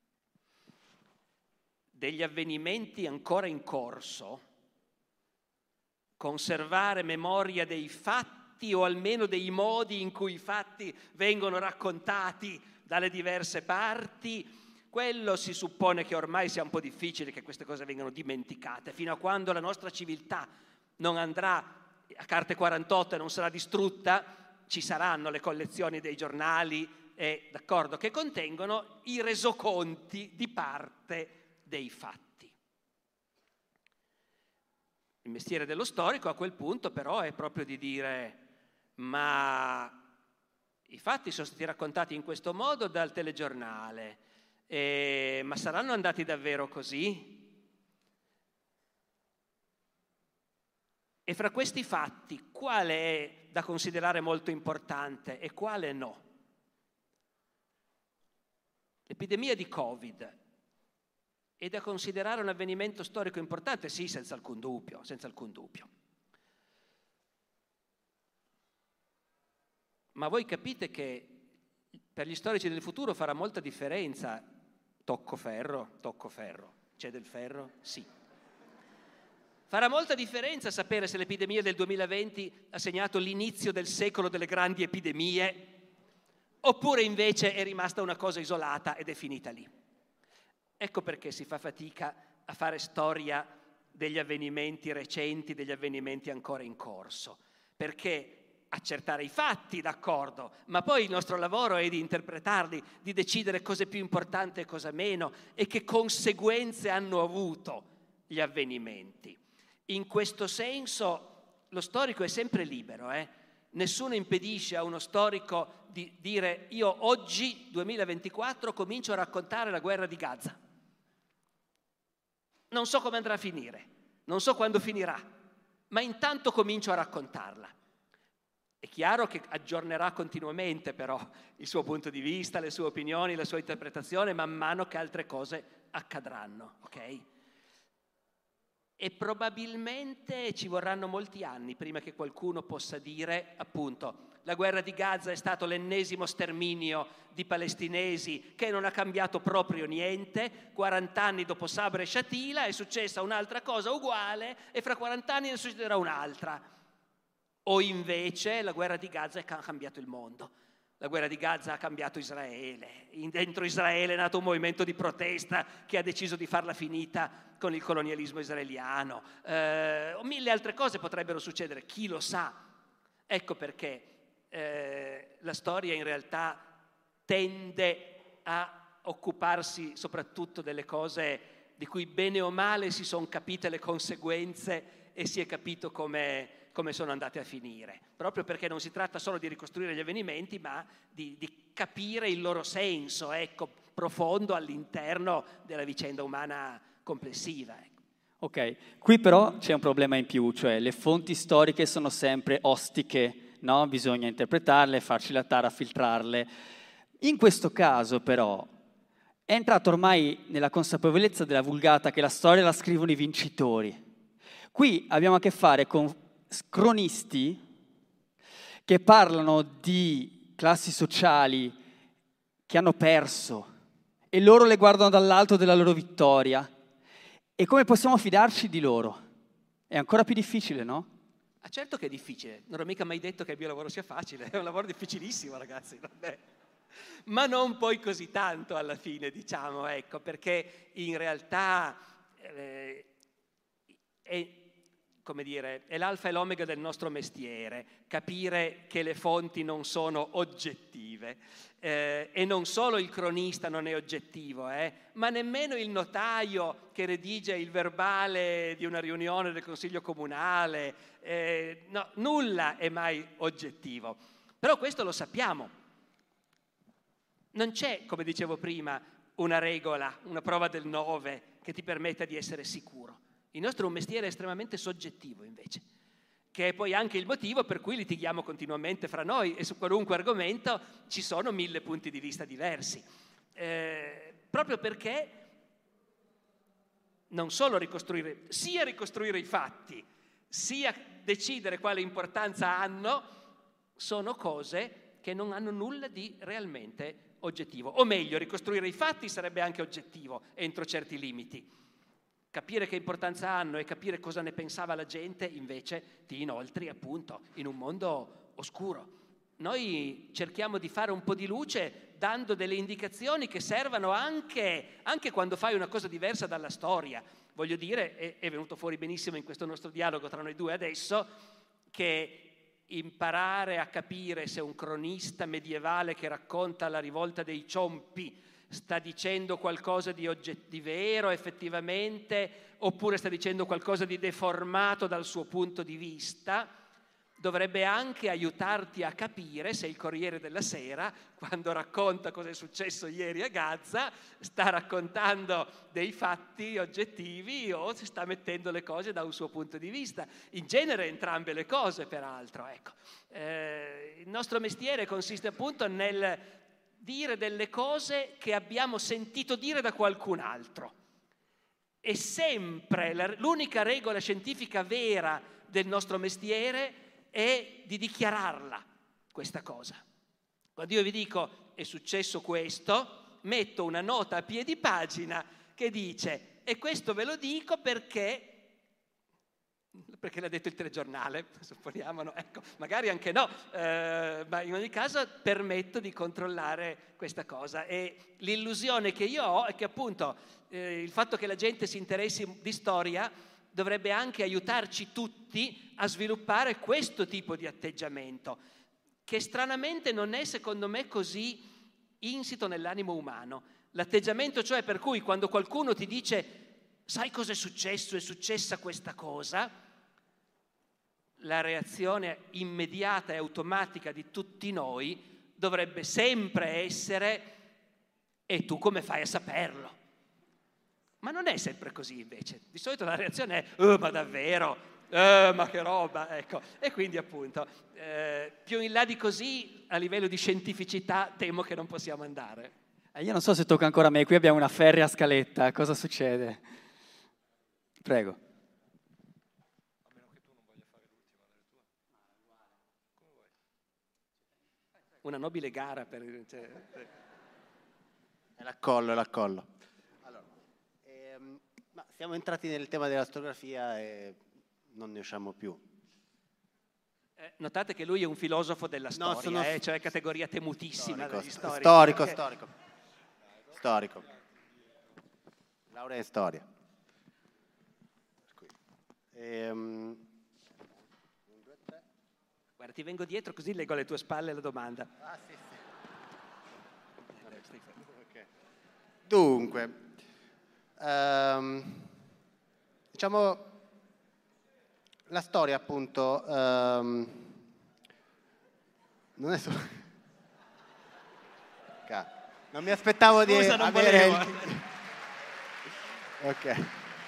degli avvenimenti ancora in corso, conservare memoria dei fatti o almeno dei modi in cui i fatti vengono raccontati dalle diverse parti, quello si suppone che ormai sia un po' difficile che queste cose vengano dimenticate, fino a quando la nostra civiltà non andrà a carte quarantotto e non sarà distrutta, ci saranno le collezioni dei giornali, eh, d'accordo, che contengono i resoconti di parte dei fatti. Il mestiere dello storico a quel punto però è proprio di dire, ma i fatti sono stati raccontati in questo modo dal telegiornale, eh, ma saranno andati davvero così? E fra questi fatti quale è da considerare molto importante e quale no? L'epidemia di Covid è da considerare un avvenimento storico importante? Sì, senza alcun dubbio, senza alcun dubbio. Ma voi capite che per gli storici del futuro farà molta differenza, tocco ferro, tocco ferro, c'è del ferro? Sì. Farà molta differenza sapere se l'epidemia del duemilaventi ha segnato l'inizio del secolo delle grandi epidemie oppure invece è rimasta una cosa isolata ed è finita lì. Ecco perché si fa fatica a fare storia degli avvenimenti recenti, degli avvenimenti ancora in corso, perché accertare i fatti, d'accordo, ma poi il nostro lavoro è di interpretarli, di decidere cosa è più importante e cosa meno e che conseguenze hanno avuto gli avvenimenti. In questo senso lo storico è sempre libero, eh? Nessuno impedisce a uno storico di dire io oggi, duemilaventiquattro, comincio a raccontare la guerra di Gaza. Non so come andrà a finire, non so quando finirà, ma intanto comincio a raccontarla. È chiaro che aggiornerà continuamente però il suo punto di vista, le sue opinioni, la sua interpretazione man mano che altre cose accadranno, ok? E probabilmente ci vorranno molti anni prima che qualcuno possa dire, appunto, la guerra di Gaza è stato l'ennesimo sterminio di palestinesi che non ha cambiato proprio niente, quarant'anni dopo Sabra e Shatila è successa un'altra cosa uguale e fra quarant'anni ne succederà un'altra. O invece la guerra di Gaza ha cambiato il mondo. La guerra di Gaza ha cambiato Israele, in, dentro Israele è nato un movimento di protesta che ha deciso di farla finita con il colonialismo israeliano, eh, o mille altre cose potrebbero succedere, chi lo sa. Ecco perché eh, la storia in realtà tende a occuparsi soprattutto delle cose di cui bene o male si sono capite le conseguenze e si è capito come... come sono andate a finire, proprio perché non si tratta solo di ricostruire gli avvenimenti, ma di, di capire il loro senso, ecco, profondo all'interno della vicenda umana complessiva. Ecco. Ok, qui però c'è un problema in più, cioè le fonti storiche sono sempre ostiche, no? Bisogna interpretarle, farci la tara, filtrarle. In questo caso però è entrato ormai nella consapevolezza della vulgata che la storia la scrivono i vincitori. Qui abbiamo a che fare con cronisti che parlano di classi sociali che hanno perso e loro le guardano dall'alto della loro vittoria. E come possiamo fidarci di loro? È ancora più difficile, no? Ah, certo che è difficile, non ho mica mai detto che il mio lavoro sia facile, è un lavoro difficilissimo, ragazzi, vabbè. Ma non poi così tanto alla fine, diciamo, ecco, perché in realtà eh, è come dire, è l'alfa e l'omega del nostro mestiere, capire che le fonti non sono oggettive. Eh, e non solo il cronista non è oggettivo, eh, ma nemmeno il notaio che redige il verbale di una riunione del Consiglio Comunale. Eh, no, nulla è mai oggettivo. Però questo lo sappiamo. Non c'è, come dicevo prima, una regola, una prova del nove che ti permetta di essere sicuro. Il nostro è un mestiere estremamente soggettivo, invece, che è poi anche il motivo per cui litighiamo continuamente fra noi e su qualunque argomento ci sono mille punti di vista diversi. Eh, proprio perché non solo ricostruire, sia ricostruire i fatti, sia decidere quale importanza hanno, sono cose che non hanno nulla di realmente oggettivo. O meglio, ricostruire i fatti sarebbe anche oggettivo, entro certi limiti. Capire che importanza hanno e capire cosa ne pensava la gente, invece, ti inoltri appunto in un mondo oscuro. Noi cerchiamo di fare un po' di luce dando delle indicazioni che servano anche, anche quando fai una cosa diversa dalla storia. Voglio dire, è, è venuto fuori benissimo in questo nostro dialogo tra noi due adesso, che imparare a capire se un cronista medievale che racconta la rivolta dei Ciompi sta dicendo qualcosa di, ogget- di vero effettivamente, oppure sta dicendo qualcosa di deformato dal suo punto di vista, dovrebbe anche aiutarti a capire se il Corriere della Sera, quando racconta cosa è successo ieri a Gaza, sta raccontando dei fatti oggettivi o si sta mettendo le cose da un suo punto di vista. In genere entrambe le cose, peraltro. Ecco. Eh, il nostro mestiere consiste appunto nel dire delle cose che abbiamo sentito dire da qualcun altro. E sempre la, l'unica regola scientifica vera del nostro mestiere è di dichiararla, questa cosa. Quando io vi dico è successo questo, metto una nota a piedi pagina che dice e questo ve lo dico perché perché l'ha detto il telegiornale, supponiamo, no? Ecco, magari anche no, eh, ma in ogni caso permetto di controllare questa cosa. E l'illusione che io ho è che appunto eh, il fatto che la gente si interessi di storia dovrebbe anche aiutarci tutti a sviluppare questo tipo di atteggiamento, che stranamente non è, secondo me, così insito nell'animo umano. L'atteggiamento, cioè, per cui quando qualcuno ti dice sai cosa è successo, è successa questa cosa, la reazione immediata e automatica di tutti noi dovrebbe sempre essere e tu come fai a saperlo? Ma non è sempre così, invece. Di solito la reazione è oh, ma davvero? Eh, ma che roba, ecco. E quindi appunto eh, più in là di così a livello di scientificità temo che non possiamo andare. Eh, io non so se tocca ancora a me, qui abbiamo una ferrea scaletta, cosa succede? Prego. A meno che tu non voglia fare l'ultima delle tue. Come vuoi? Una nobile gara per... Cioè, è l'accollo, è l'accollo. Allora, ehm, ma siamo entrati nel tema della storiografia e non ne usciamo più. Eh, notate che lui è un filosofo della storia, No, sono... eh, cioè categoria temutissima Storico, degli storici. storico, perché... storico. Storico. Laurea in storia. Ehm... Guarda, ti vengo dietro così leggo alle tue spalle la domanda. Ah, sì, sì. Okay. Dunque, um, diciamo, la storia appunto um, non è solo... Non mi aspettavo di Scusa, non avere volevo. il... Ok.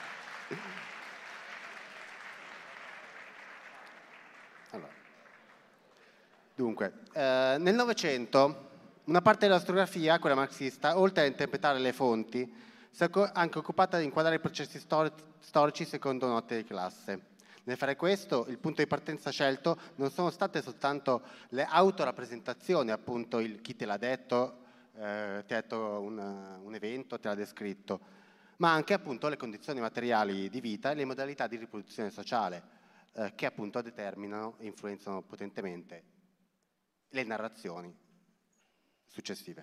Allora. Dunque, eh, nel Novecento una parte della storiografia, quella marxista, oltre a interpretare le fonti, si è anche occupata di inquadrare i processi stor- storici secondo note di classe. Nel fare questo, il punto di partenza scelto non sono state soltanto le autorappresentazioni, appunto il chi te l'ha detto, eh, ti ha detto un, un evento, te l'ha descritto, ma anche appunto le condizioni materiali di vita e le modalità di riproduzione sociale, eh, che appunto determinano e influenzano potentemente le narrazioni successive.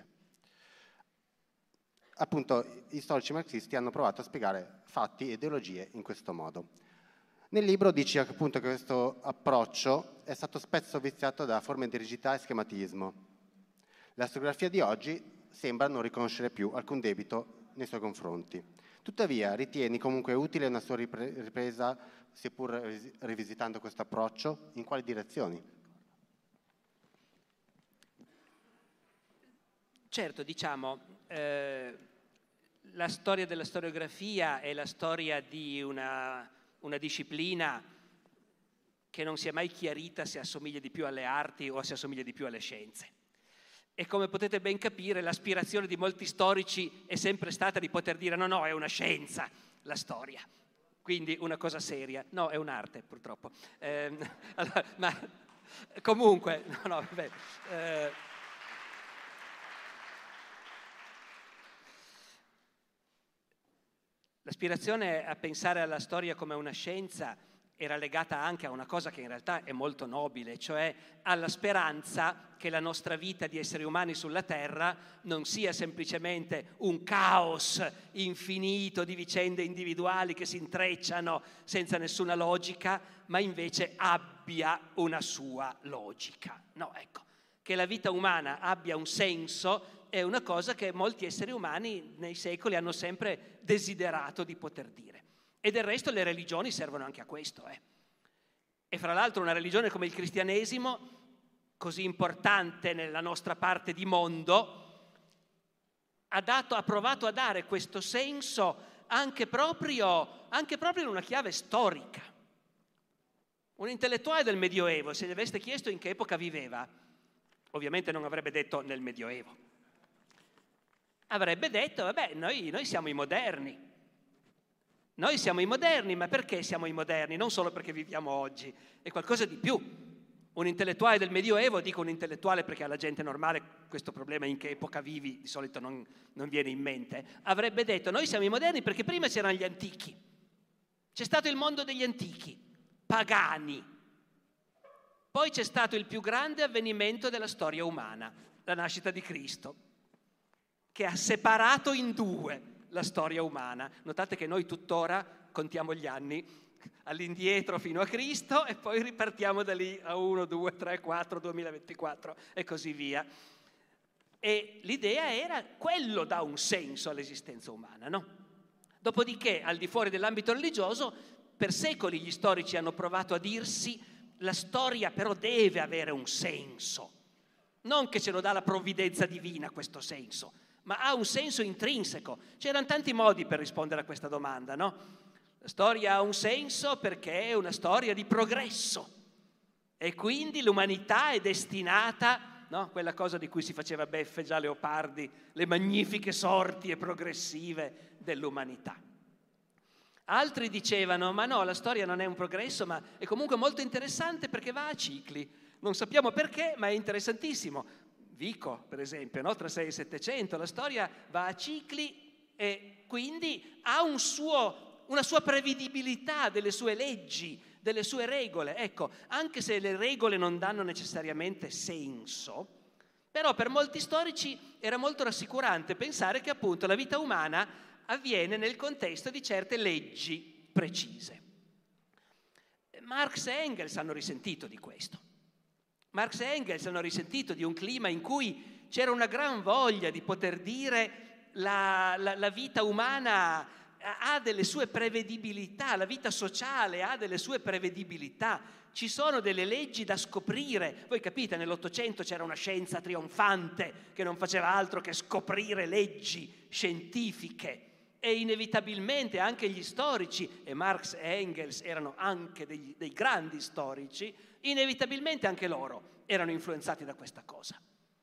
Appunto, gli storici marxisti hanno provato a spiegare fatti e ideologie in questo modo. Nel libro dice appunto che questo approccio è stato spesso viziato da forme di rigidità e schematismo. La storiografia di oggi sembra non riconoscere più alcun debito nei suoi confronti. Tuttavia, ritieni comunque utile una sua ripre- ripresa, seppur rivisitando questo approccio? In quali direzioni? Certo, diciamo, eh, la storia della storiografia è la storia di una, una disciplina che non si è mai chiarita se assomiglia di più alle arti o se assomiglia di più alle scienze. E come potete ben capire, l'aspirazione di molti storici è sempre stata di poter dire no, no, è una scienza la storia, quindi una cosa seria. No, è un'arte, purtroppo. Eh, allora, ma comunque, no, no, vabbè. Eh, L'aspirazione a pensare alla storia come una scienza era legata anche a una cosa che in realtà è molto nobile, cioè alla speranza che la nostra vita di esseri umani sulla Terra non sia semplicemente un caos infinito di vicende individuali che si intrecciano senza nessuna logica, ma invece abbia una sua logica. No, ecco, che la vita umana abbia un senso è una cosa che molti esseri umani nei secoli hanno sempre desiderato di poter dire. E del resto le religioni servono anche a questo. Eh. E fra l'altro una religione come il cristianesimo, così importante nella nostra parte di mondo, ha, dato, ha provato a dare questo senso anche proprio, anche proprio in una chiave storica. Un intellettuale del Medioevo, se gli aveste chiesto in che epoca viveva, ovviamente non avrebbe detto nel Medioevo. Avrebbe detto, vabbè, noi, noi siamo i moderni. Noi siamo i moderni, ma perché siamo i moderni? Non solo perché viviamo oggi, è qualcosa di più. Un intellettuale del Medioevo, dico un intellettuale perché alla gente normale questo problema in che epoca vivi di solito non, non viene in mente, avrebbe detto, noi siamo i moderni perché prima c'erano gli antichi. C'è stato il mondo degli antichi, pagani. Poi c'è stato il più grande avvenimento della storia umana, la nascita di Cristo, che ha separato in due la storia umana. Notate che noi tuttora contiamo gli anni all'indietro fino a Cristo e poi ripartiamo da lì a uno, due, tre, quattro, duemilaventiquattro e così via. E l'idea era quello dà un senso all'esistenza umana, no? Dopodiché, al di fuori dell'ambito religioso, per secoli gli storici hanno provato a dirsi la storia però deve avere un senso. Non che ce lo dà la provvidenza divina questo senso, ma ha un senso intrinseco. C'erano tanti modi per rispondere a questa domanda, no? La storia ha un senso perché è una storia di progresso e quindi l'umanità è destinata, no? Quella cosa di cui si faceva beffe già Leopardi, le magnifiche sorti e progressive dell'umanità. Altri dicevano, ma no, la storia non è un progresso, ma è comunque molto interessante perché va a cicli. Non sappiamo perché, ma è interessantissimo. Vico, per esempio, no? Tra sei e settecento, la storia va a cicli e quindi ha un suo, una sua prevedibilità delle sue leggi, delle sue regole. Ecco, anche se le regole non danno necessariamente senso, però per molti storici era molto rassicurante pensare che appunto la vita umana avviene nel contesto di certe leggi precise. Marx e Engels hanno risentito di questo. Marx e Engels hanno risentito di un clima in cui c'era una gran voglia di poter dire la, la, la vita umana ha delle sue prevedibilità, la vita sociale ha delle sue prevedibilità, ci sono delle leggi da scoprire. Voi capite, nell'Ottocento c'era una scienza trionfante che non faceva altro che scoprire leggi scientifiche e inevitabilmente anche gli storici, e Marx e Engels erano anche dei, dei grandi storici, inevitabilmente anche loro erano influenzati da questa cosa.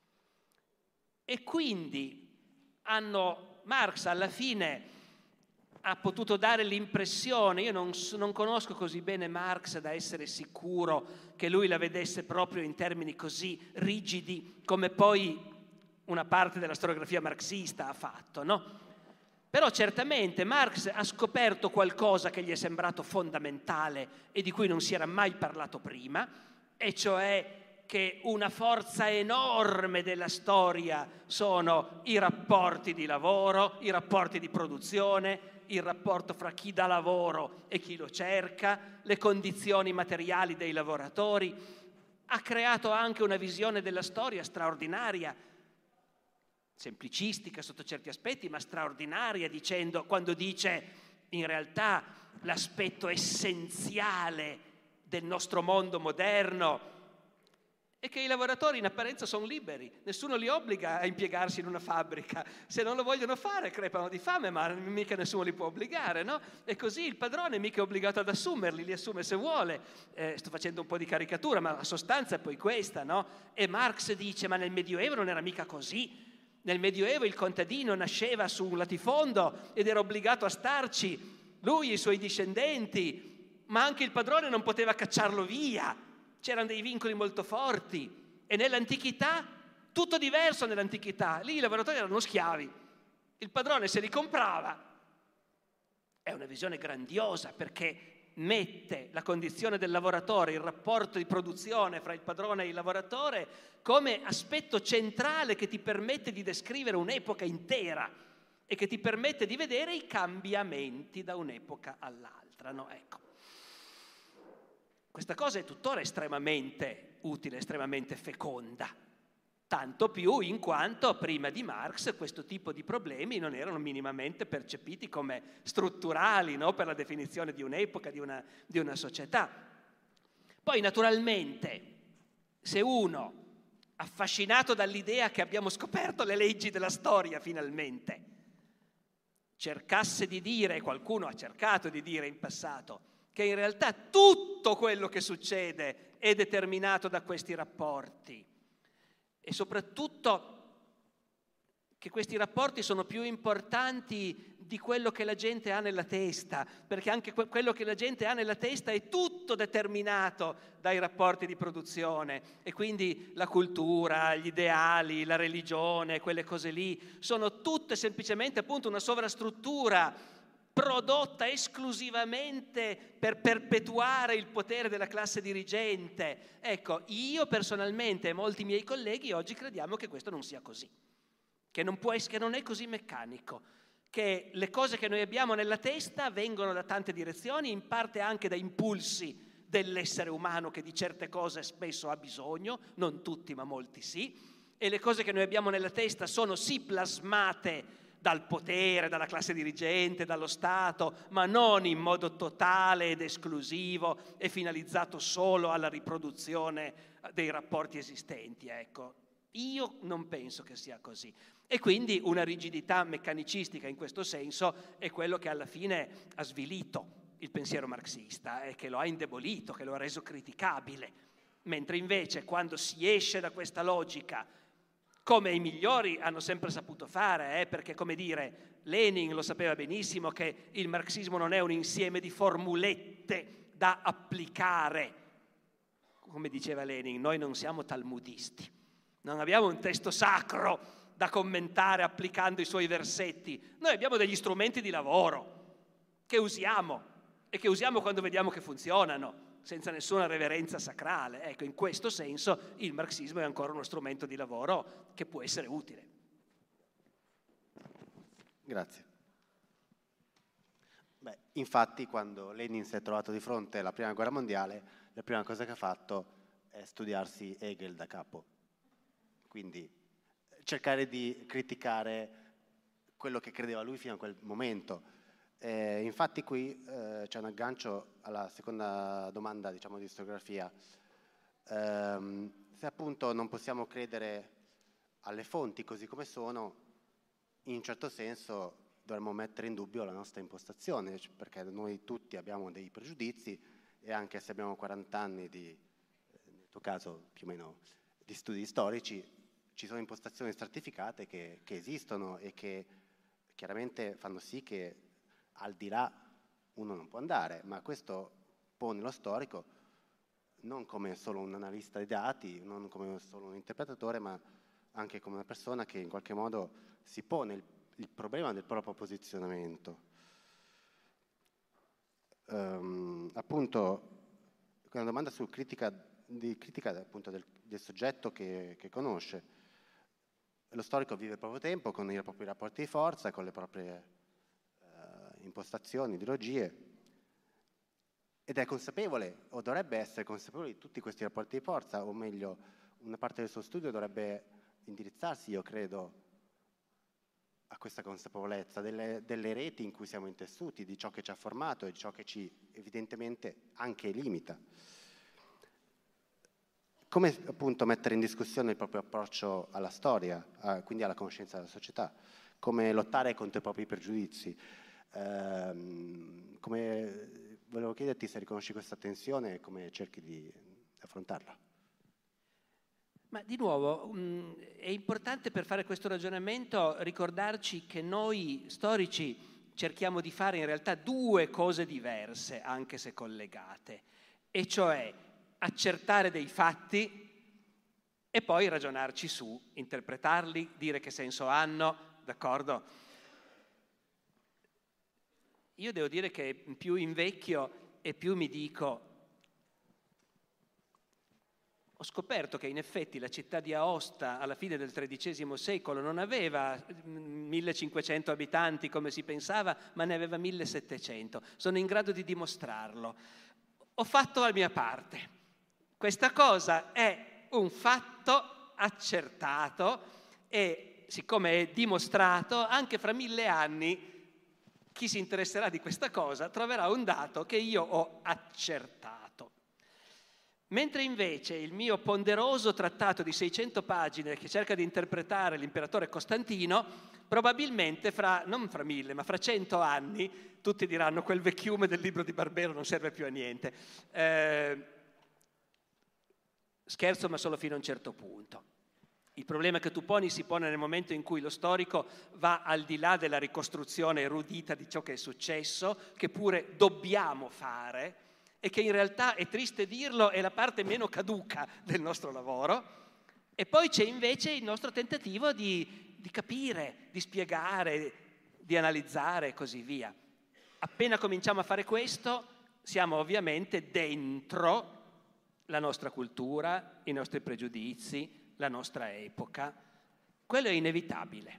E quindi hanno, Marx alla fine ha potuto dare l'impressione, io non, non conosco così bene Marx da essere sicuro che lui la vedesse proprio in termini così rigidi come poi una parte della storiografia marxista ha fatto, no? Però certamente Marx ha scoperto qualcosa che gli è sembrato fondamentale e di cui non si era mai parlato prima, e cioè che una forza enorme della storia sono i rapporti di lavoro, i rapporti di produzione, il rapporto fra chi dà lavoro e chi lo cerca, le condizioni materiali dei lavoratori. Ha creato anche una visione della storia straordinaria, semplicistica sotto certi aspetti, ma straordinaria, dicendo, quando dice in realtà l'aspetto essenziale del nostro mondo moderno è che i lavoratori in apparenza sono liberi, nessuno li obbliga a impiegarsi in una fabbrica, se non lo vogliono fare crepano di fame, ma mica nessuno li può obbligare, no? E così il padrone mica è obbligato ad assumerli, li assume se vuole. Eh, sto facendo un po' di caricatura, ma la sostanza è poi questa, no? E Marx dice, ma nel Medioevo non era mica così. Nel Medioevo il contadino nasceva su un latifondo ed era obbligato a starci, lui e i suoi discendenti, ma anche il padrone non poteva cacciarlo via. C'erano dei vincoli molto forti. E nell'antichità, tutto diverso nell'antichità. Lì i lavoratori erano schiavi. Il padrone se li comprava. È una visione grandiosa perché mette la condizione del lavoratore, il rapporto di produzione fra il padrone e il lavoratore come aspetto centrale che ti permette di descrivere un'epoca intera e che ti permette di vedere i cambiamenti da un'epoca all'altra, no? Ecco. Questa cosa è tuttora estremamente utile, estremamente feconda, tanto più in quanto prima di Marx questo tipo di problemi non erano minimamente percepiti come strutturali, no? Per la definizione di un'epoca, di una, di una società. Poi naturalmente, se uno, affascinato dall'idea che abbiamo scoperto le leggi della storia finalmente, cercasse di dire, qualcuno ha cercato di dire in passato, che in realtà tutto quello che succede è determinato da questi rapporti e soprattutto che questi rapporti sono più importanti di quello che la gente ha nella testa, perché anche quello che la gente ha nella testa è tutto determinato dai rapporti di produzione e quindi la cultura, gli ideali, la religione, quelle cose lì, sono tutte semplicemente appunto una sovrastruttura prodotta esclusivamente per perpetuare il potere della classe dirigente. Ecco, io personalmente e molti miei colleghi oggi crediamo che questo non sia così, che non può essere, che non è così meccanico, che le cose che noi abbiamo nella testa vengono da tante direzioni, in parte anche da impulsi dell'essere umano che di certe cose spesso ha bisogno, non tutti ma molti sì, e le cose che noi abbiamo nella testa sono sì plasmate dal potere, dalla classe dirigente, dallo Stato, ma non in modo totale ed esclusivo e finalizzato solo alla riproduzione dei rapporti esistenti. Ecco, io non penso che sia così. E quindi una rigidità meccanicistica in questo senso è quello che alla fine ha svilito il pensiero marxista e che lo ha indebolito, che lo ha reso criticabile. Mentre invece quando si esce da questa logica, come i migliori hanno sempre saputo fare, eh, perché come dire, Lenin lo sapeva benissimo che il marxismo non è un insieme di formulette da applicare. Come diceva Lenin, noi non siamo talmudisti, non abbiamo un testo sacro da commentare applicando i suoi versetti, noi abbiamo degli strumenti di lavoro che usiamo e che usiamo quando vediamo che funzionano, senza nessuna reverenza sacrale. Ecco, in questo senso il marxismo è ancora uno strumento di lavoro che può essere utile. Grazie. Beh, infatti, quando Lenin si è trovato di fronte alla Prima Guerra Mondiale, la prima cosa che ha fatto è studiarsi Hegel da capo. Quindi cercare di criticare quello che credeva lui fino a quel momento. Eh, infatti qui eh, c'è un aggancio alla seconda domanda, diciamo, di storiografia. Eh, se appunto non possiamo credere alle fonti così come sono, in un certo senso dovremmo mettere in dubbio la nostra impostazione, perché noi tutti abbiamo dei pregiudizi e anche se abbiamo quaranta anni di, nel tuo caso più o meno, di studi storici, ci sono impostazioni stratificate che, che esistono e che chiaramente fanno sì che al di là uno non può andare, ma questo pone lo storico non come solo un analista dei dati, non come solo un interpretatore, ma anche come una persona che in qualche modo si pone il, il problema del proprio posizionamento. Um, appunto, una domanda su critica, di critica appunto del, del soggetto che, che conosce. Lo storico vive il proprio tempo con i propri rapporti di forza, con le proprie uh, impostazioni, ideologie, ed è consapevole, o dovrebbe essere consapevole di tutti questi rapporti di forza, o meglio, una parte del suo studio dovrebbe indirizzarsi, io credo, a questa consapevolezza delle, delle reti in cui siamo intessuti, di ciò che ci ha formato e di ciò che ci evidentemente anche limita. Come appunto mettere in discussione il proprio approccio alla storia, a, quindi alla conoscenza della società, come lottare contro i propri pregiudizi, ehm, come, volevo chiederti se riconosci questa tensione e come cerchi di affrontarla. Ma di nuovo, mh, è importante per fare questo ragionamento ricordarci che noi storici cerchiamo di fare in realtà due cose diverse, anche se collegate, e cioè accertare dei fatti e poi ragionarci su, interpretarli, dire che senso hanno, d'accordo? Io devo dire che più invecchio e più mi dico, ho scoperto che in effetti la città di Aosta alla fine del tredicesimo secolo non aveva millecinquecento abitanti come si pensava, ma ne aveva millesettecento. Sono in grado di dimostrarlo. Ho fatto la mia parte. Questa cosa è un fatto accertato e siccome è dimostrato, anche fra mille anni chi si interesserà di questa cosa troverà un dato che io ho accertato. Mentre invece il mio ponderoso trattato di seicento pagine che cerca di interpretare l'imperatore Costantino, probabilmente fra, non fra mille, ma fra cento anni, tutti diranno quel vecchiume del libro di Barbero non serve più a niente. Eh, scherzo, ma solo fino a un certo punto. Il problema che tu poni si pone nel momento in cui lo storico va al di là della ricostruzione erudita di ciò che è successo, che pure dobbiamo fare, e che in realtà, è triste dirlo, è la parte meno caduca del nostro lavoro, e poi c'è invece il nostro tentativo di, di capire, di spiegare, di analizzare e così via. Appena cominciamo a fare questo, siamo ovviamente dentro la nostra cultura, i nostri pregiudizi, la nostra epoca. Quello è inevitabile.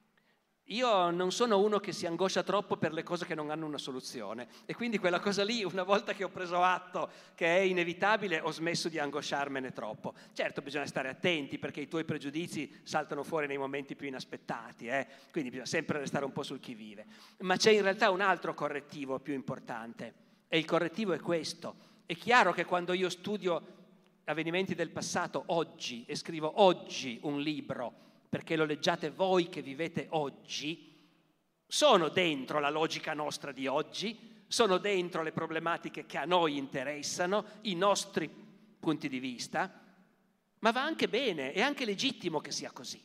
Io non sono uno che si angoscia troppo per le cose che non hanno una soluzione e quindi quella cosa lì, una volta che ho preso atto che è inevitabile, ho smesso di angosciarmene troppo. Certo, bisogna stare attenti perché i tuoi pregiudizi saltano fuori nei momenti più inaspettati, eh? Quindi bisogna sempre restare un po' sul chi vive. Ma c'è in realtà un altro correttivo più importante e il correttivo è questo. È chiaro che quando io studio avvenimenti del passato oggi e scrivo oggi un libro, perché lo leggiate voi che vivete oggi, sono dentro la logica nostra di oggi, sono dentro le problematiche che a noi interessano, i nostri punti di vista, ma va anche bene, è anche legittimo che sia così.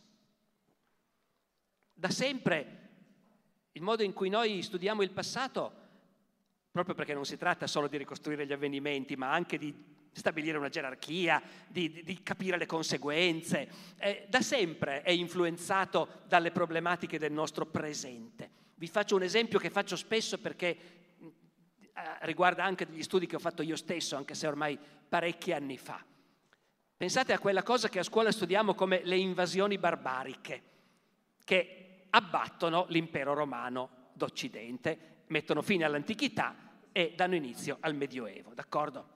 Da sempre il modo in cui noi studiamo il passato, proprio perché non si tratta solo di ricostruire gli avvenimenti, ma anche di stabilire una gerarchia, di, di, di capire le conseguenze, eh, da sempre è influenzato dalle problematiche del nostro presente. Vi faccio un esempio che faccio spesso perché riguarda anche degli studi che ho fatto io stesso, anche se ormai parecchi anni fa. Pensate a quella cosa che a scuola studiamo come le invasioni barbariche, che abbattono l'impero romano d'Occidente, mettono fine all'antichità e danno inizio al Medioevo, d'accordo?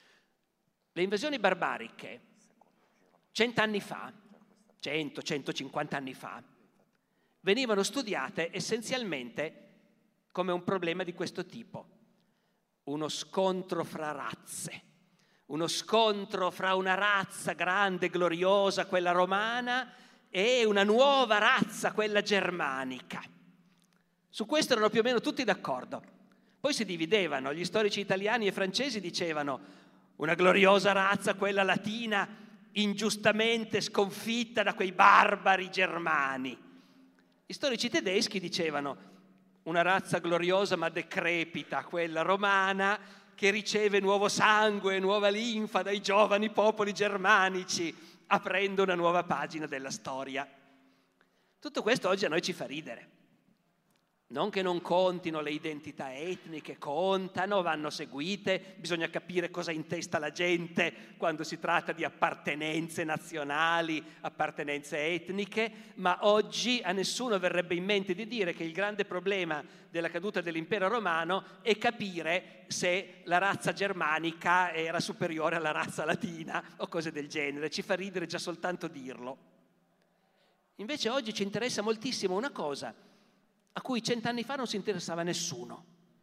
Le invasioni barbariche, cent'anni fa, cento centocinquanta anni fa, venivano studiate essenzialmente come un problema di questo tipo: uno scontro fra razze, uno scontro fra una razza grande, gloriosa, quella romana, e una nuova razza, quella germanica. Su questo erano più o meno tutti d'accordo. Poi si dividevano, gli storici italiani e francesi dicevano una gloriosa razza, quella latina, ingiustamente sconfitta da quei barbari germani. Gli storici tedeschi dicevano una razza gloriosa ma decrepita, quella romana, che riceve nuovo sangue, nuova linfa dai giovani popoli germanici, aprendo una nuova pagina della storia. Tutto questo oggi a noi ci fa ridere. Non che non contino le identità etniche, contano, vanno seguite, bisogna capire cosa intesta la gente quando si tratta di appartenenze nazionali, appartenenze etniche, ma oggi a nessuno verrebbe in mente di dire che il grande problema della caduta dell'impero romano è capire se la razza germanica era superiore alla razza latina o cose del genere. Ci fa ridere già soltanto dirlo. Invece oggi ci interessa moltissimo una cosa a cui cent'anni fa non si interessava nessuno.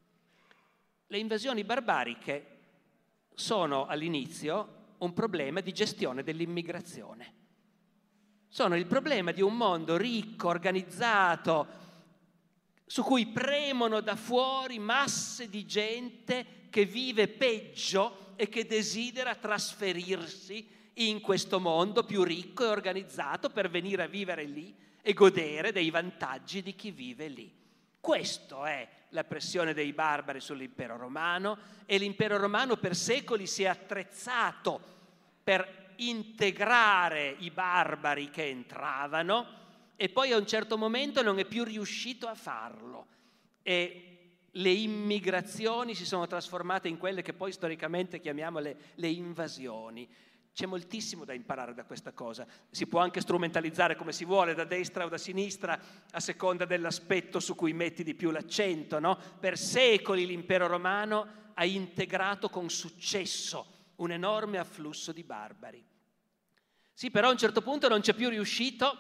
Le invasioni barbariche sono all'inizio un problema di gestione dell'immigrazione. Sono il problema di un mondo ricco, organizzato, su cui premono da fuori masse di gente che vive peggio e che desidera trasferirsi in questo mondo più ricco e organizzato per venire a vivere lì e godere dei vantaggi di chi vive lì. Questa è la pressione dei barbari sull'impero romano, e l'impero romano per secoli si è attrezzato per integrare i barbari che entravano, e poi a un certo momento non è più riuscito a farlo, e le immigrazioni si sono trasformate in quelle che poi storicamente chiamiamo le, le invasioni. C'è moltissimo da imparare da questa cosa. Si può anche strumentalizzare come si vuole, da destra o da sinistra, a seconda dell'aspetto su cui metti di più l'accento, no? Per secoli l'impero romano ha integrato con successo un enorme afflusso di barbari. Sì, però a un certo punto non c'è più riuscito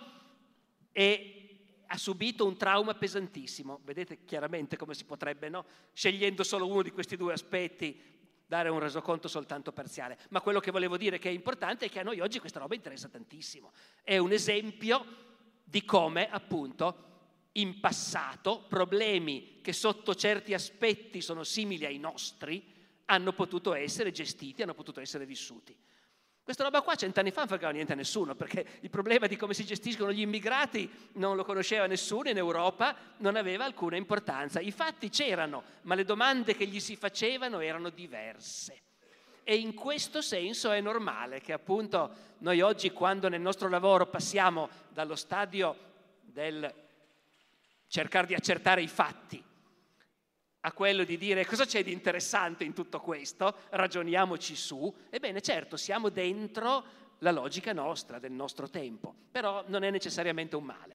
e ha subito un trauma pesantissimo. Vedete chiaramente come si potrebbe, no? Scegliendo solo uno di questi due aspetti, dare un resoconto soltanto parziale. Ma quello che volevo dire che è importante è che a noi oggi questa roba interessa tantissimo. È un esempio di come, appunto, in passato problemi che sotto certi aspetti sono simili ai nostri hanno potuto essere gestiti, hanno potuto essere vissuti. Questa roba qua cent'anni fa non fregava niente a nessuno, perché il problema di come si gestiscono gli immigrati non lo conosceva nessuno in Europa, non aveva alcuna importanza. I fatti c'erano, ma le domande che gli si facevano erano diverse. E in questo senso è normale che appunto noi oggi, quando nel nostro lavoro passiamo dallo stadio del cercare di accertare i fatti a quello di dire cosa c'è di interessante in tutto questo, ragioniamoci su, ebbene certo siamo dentro la logica nostra, del nostro tempo, però non è necessariamente un male.